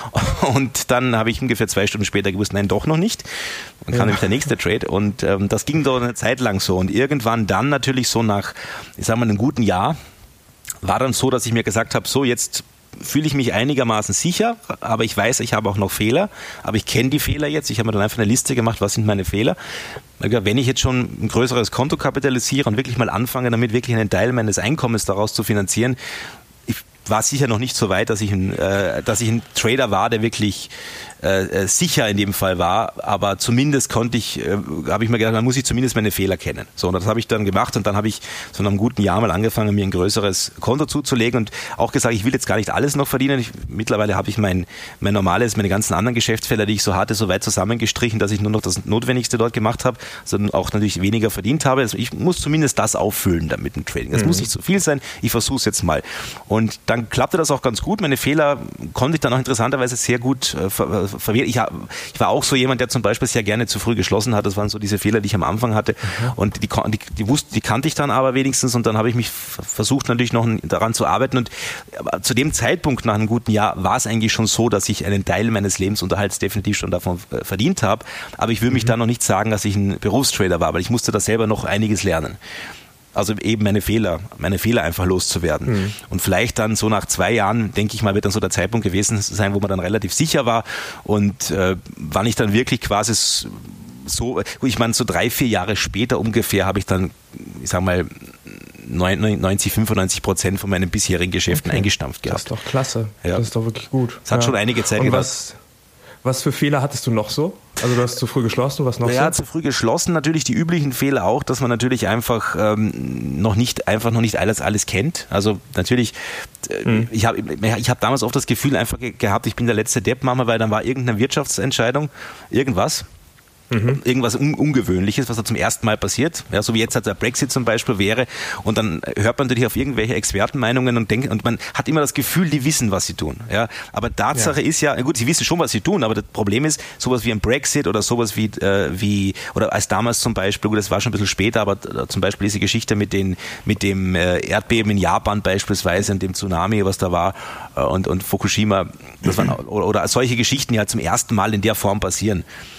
Und dann habe ich ungefähr zwei Stunden später gewusst, nein, doch noch nicht. Dann kam ja. nämlich der nächste Trade und ähm, das ging doch eine Zeit lang so. Und irgendwann dann natürlich so nach, ich sag mal, einem guten Jahr, war dann so, dass ich mir gesagt habe, so jetzt fühle ich mich einigermaßen sicher, aber ich weiß, ich habe auch noch Fehler, aber ich kenne die Fehler jetzt. Ich habe mir dann einfach eine Liste gemacht, was sind meine Fehler. Wenn ich jetzt schon ein größeres Konto kapitalisiere und wirklich mal anfange, damit wirklich einen Teil meines Einkommens daraus zu finanzieren, ich war sicher noch nicht so weit, dass ich ein, äh, dass ich ein Trader war, der wirklich äh, sicher in dem Fall war, aber zumindest konnte ich, äh, habe ich mir gedacht, man muss ich zumindest meine Fehler kennen. So, und das habe ich dann gemacht und dann habe ich so nach einem guten Jahr mal angefangen, mir ein größeres Konto zuzulegen und auch gesagt, ich will jetzt gar nicht alles noch verdienen. Ich, mittlerweile habe ich mein, mein normales, meine ganzen anderen Geschäftsfelder, die ich so hatte, so weit zusammengestrichen, dass ich nur noch das Notwendigste dort gemacht habe, sondern auch natürlich weniger verdient habe. Also ich muss zumindest das auffüllen dann mit dem Trading. Das mhm. muss nicht so viel sein, ich versuche es jetzt mal. Und dann klappte das auch ganz gut. Meine Fehler konnte ich dann auch interessanterweise sehr gut äh, ver verwehren. Ich, ich war auch so jemand, der zum Beispiel sehr gerne zu früh geschlossen hat. Das waren so diese Fehler, die ich am Anfang hatte. Mhm. Und die, die, die, wusste, die kannte ich dann aber wenigstens. Und dann habe ich mich versucht, natürlich noch daran zu arbeiten. Und zu dem Zeitpunkt nach einem guten Jahr war es eigentlich schon so, dass ich einen Teil meines Lebensunterhalts definitiv schon davon verdient habe. Aber ich will mich mhm. da noch nicht sagen, dass ich ein Berufstrader war, weil ich musste da selber noch einiges lernen. Also eben meine Fehler, meine Fehler einfach loszuwerden. Mhm. Und vielleicht dann so nach zwei Jahren, denke ich mal, wird dann so der Zeitpunkt gewesen sein, wo man dann relativ sicher war und äh, wann ich dann wirklich quasi so, ich meine, so drei, vier Jahre später ungefähr habe ich dann, ich sag mal, neunzig, fünfundneunzig Prozent von meinen bisherigen Geschäften okay. eingestampft gehabt. Das ist doch klasse. Ja. Das ist doch wirklich gut. Es hat ja. schon einige Zeit und gedauert. Was, was für Fehler hattest du noch so? Also du hast zu früh geschlossen, was noch ja, so? zu früh geschlossen, natürlich die üblichen Fehler auch, dass man natürlich einfach ähm, noch nicht einfach noch nicht alles alles kennt. Also natürlich, äh, mhm. ich habe ich hab damals oft das Gefühl einfach ge gehabt, ich bin der letzte Depp, Mama, weil dann war irgendeine Wirtschaftsentscheidung, irgendwas. Mhm. Irgendwas Un Ungewöhnliches, was da zum ersten Mal passiert, ja, so wie jetzt halt der Brexit zum Beispiel wäre und dann hört man natürlich auf irgendwelche Expertenmeinungen und denkt und man hat immer das Gefühl, die wissen, was sie tun, ja, aber Tatsache ja. ist ja, gut, sie wissen schon, was sie tun, aber das Problem ist, sowas wie ein Brexit oder sowas wie, äh, wie oder als damals zum Beispiel, gut, das war schon ein bisschen später, aber äh, zum Beispiel diese Geschichte mit den mit dem äh, Erdbeben in Japan beispielsweise und dem Tsunami, was da war äh, und, und Fukushima, das waren, oder, oder solche Geschichten, die halt zum ersten Mal in der Form passieren.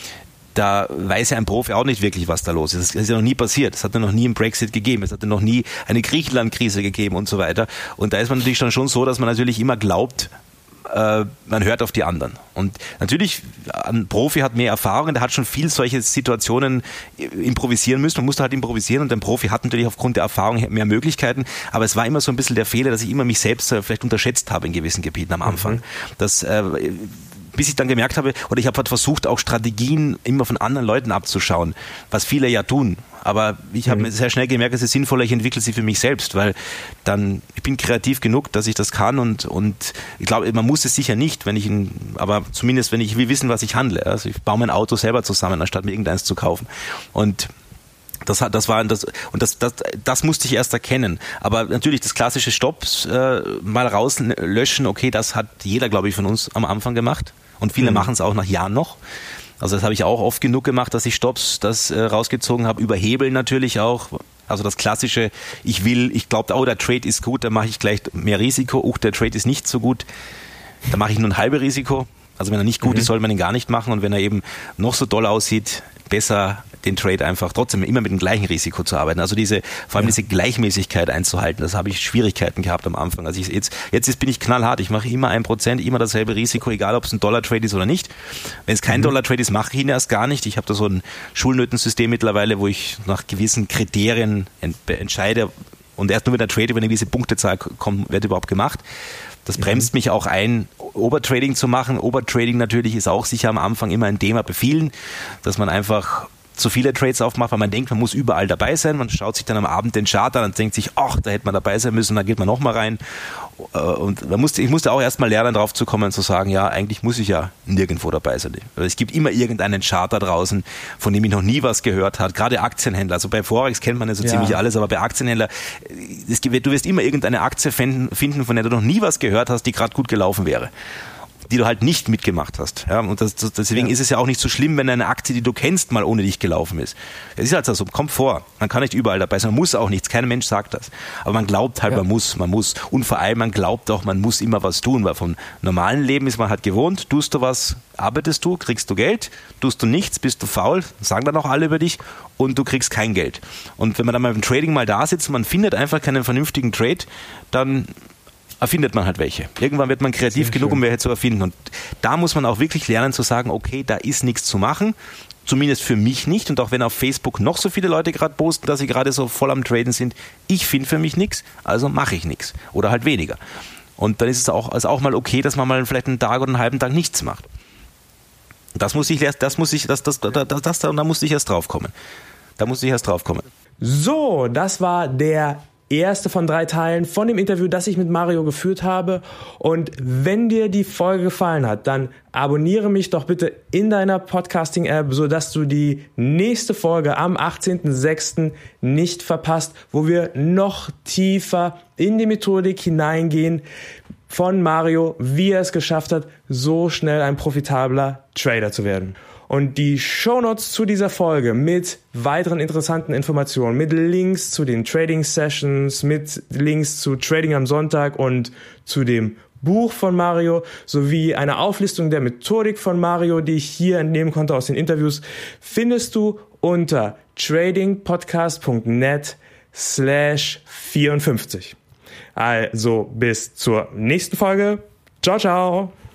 Da weiß ja ein Profi auch nicht wirklich, was da los ist. Das ist ja noch nie passiert. Es hat ja noch nie einen Brexit gegeben. Es hat ja noch nie eine Griechenland-Krise gegeben und so weiter. Und da ist man natürlich dann schon so, dass man natürlich immer glaubt, äh, man hört auf die anderen. Und natürlich, ein Profi hat mehr Erfahrung, der hat schon viel solche Situationen improvisieren müssen. Man musste halt improvisieren und ein Profi hat natürlich aufgrund der Erfahrung mehr Möglichkeiten. Aber es war immer so ein bisschen der Fehler, dass ich immer mich selbst vielleicht unterschätzt habe in gewissen Gebieten am Anfang. Mhm. Das äh, bis ich dann gemerkt habe, oder ich habe halt versucht, auch Strategien immer von anderen Leuten abzuschauen, was viele ja tun. Aber ich habe mhm. sehr schnell gemerkt, es ist sinnvoller, ich entwickle sie für mich selbst, weil dann, ich bin kreativ genug, dass ich das kann und, und ich glaube, man muss es sicher nicht, wenn ich, aber zumindest, wenn ich will wissen, was ich handle. Also ich baue mein Auto selber zusammen, anstatt mir irgendeins zu kaufen. Und Das hat, das war das und das, das, das musste ich erst erkennen. Aber natürlich das klassische Stopps äh, mal rauslöschen. Okay, das hat jeder, glaube ich, von uns am Anfang gemacht und viele mhm. machen es auch nach Jahren noch. Also das habe ich auch oft genug gemacht, dass ich Stopps das äh, rausgezogen habe. Überhebeln natürlich auch. Also das klassische, ich will, ich glaube, oh, der Trade ist gut, da mache ich gleich mehr Risiko. Oh, der Trade ist nicht so gut, da mache ich nur ein halbes Risiko. Also wenn er nicht gut mhm. ist, soll man ihn gar nicht machen. Und wenn er eben noch so doll aussieht, besser den Trade einfach trotzdem immer mit dem gleichen Risiko zu arbeiten. Also diese, vor allem ja. diese Gleichmäßigkeit einzuhalten, das habe ich Schwierigkeiten gehabt am Anfang. Also ich jetzt, jetzt ist, bin ich knallhart. Ich mache immer ein Prozent, immer dasselbe Risiko, egal ob es ein Dollar-Trade ist oder nicht. Wenn es kein mhm. Dollar-Trade ist, mache ich ihn erst gar nicht. Ich habe da so ein Schulnotensystem mittlerweile, wo ich nach gewissen Kriterien ent- entscheide und erst nur wenn der Trade über eine gewisse Punktezahl kommt, wird überhaupt gemacht. Das bremst mhm. mich auch ein, Overtrading zu machen. Overtrading natürlich ist auch sicher am Anfang immer ein Thema bei vielen, dass man einfach zu viele Trades aufmacht, weil man denkt, man muss überall dabei sein. Man schaut sich dann am Abend den Chart an und denkt sich, ach, da hätte man dabei sein müssen, dann geht man nochmal rein. Und man musste, ich musste auch erstmal lernen, drauf zu kommen und zu sagen, ja, eigentlich muss ich ja nirgendwo dabei sein. Es gibt immer irgendeinen Chart da draußen, von dem ich noch nie was gehört habe. Gerade Aktienhändler. Also bei Forex kennt man ja so ja. ziemlich alles, aber bei Aktienhändler, es gibt, du wirst immer irgendeine Aktie finden, von der du noch nie was gehört hast, die gerade gut gelaufen wäre, die du halt nicht mitgemacht hast. Ja, und das, das, deswegen ja. ist es ja auch nicht so schlimm, wenn eine Aktie, die du kennst, mal ohne dich gelaufen ist. Es ist halt so, kommt vor. Man kann nicht überall dabei sein. Man muss auch nichts. Kein Mensch sagt das. Aber man glaubt halt, ja. man muss, man muss. Und vor allem, man glaubt auch, man muss immer was tun, weil vom normalen Leben ist man halt gewohnt. Tust du was, arbeitest du, kriegst du Geld. Tust du nichts, bist du faul, sagen dann auch alle über dich und du kriegst kein Geld. Und wenn man dann mal im Trading mal da sitzt und man findet einfach keinen vernünftigen Trade, dann erfindet man halt welche. Irgendwann wird man kreativ genug, um welche zu erfinden. Und da muss man auch wirklich lernen zu sagen, okay, da ist nichts zu machen. Zumindest für mich nicht. Und auch wenn auf Facebook noch so viele Leute gerade posten, dass sie gerade so voll am Traden sind, ich finde für mich nichts, also mache ich nichts. Oder halt weniger. Und dann ist es auch, also auch mal okay, dass man mal vielleicht einen Tag oder einen halben Tag nichts macht. Das muss ich erst, das muss ich, das, das, das, das, das da, und da musste ich erst drauf kommen. Da musste ich erst drauf kommen. So, das war der erste von drei Teilen von dem Interview, das ich mit Mario geführt habe. Und wenn dir die Folge gefallen hat, dann abonniere mich doch bitte in deiner Podcasting-App, sodass du die nächste Folge am achtzehnten sechsten nicht verpasst, wo wir noch tiefer in die Methodik hineingehen von Mario, wie er es geschafft hat, so schnell ein profitabler Trader zu werden. Und die Shownotes zu dieser Folge mit weiteren interessanten Informationen, mit Links zu den Trading Sessions, mit Links zu Trading am Sonntag und zu dem Buch von Mario, sowie eine Auflistung der Methodik von Mario, die ich hier entnehmen konnte aus den Interviews, findest du unter tradingpodcast.net slash vierundfünfzig. Also bis zur nächsten Folge. Ciao, ciao.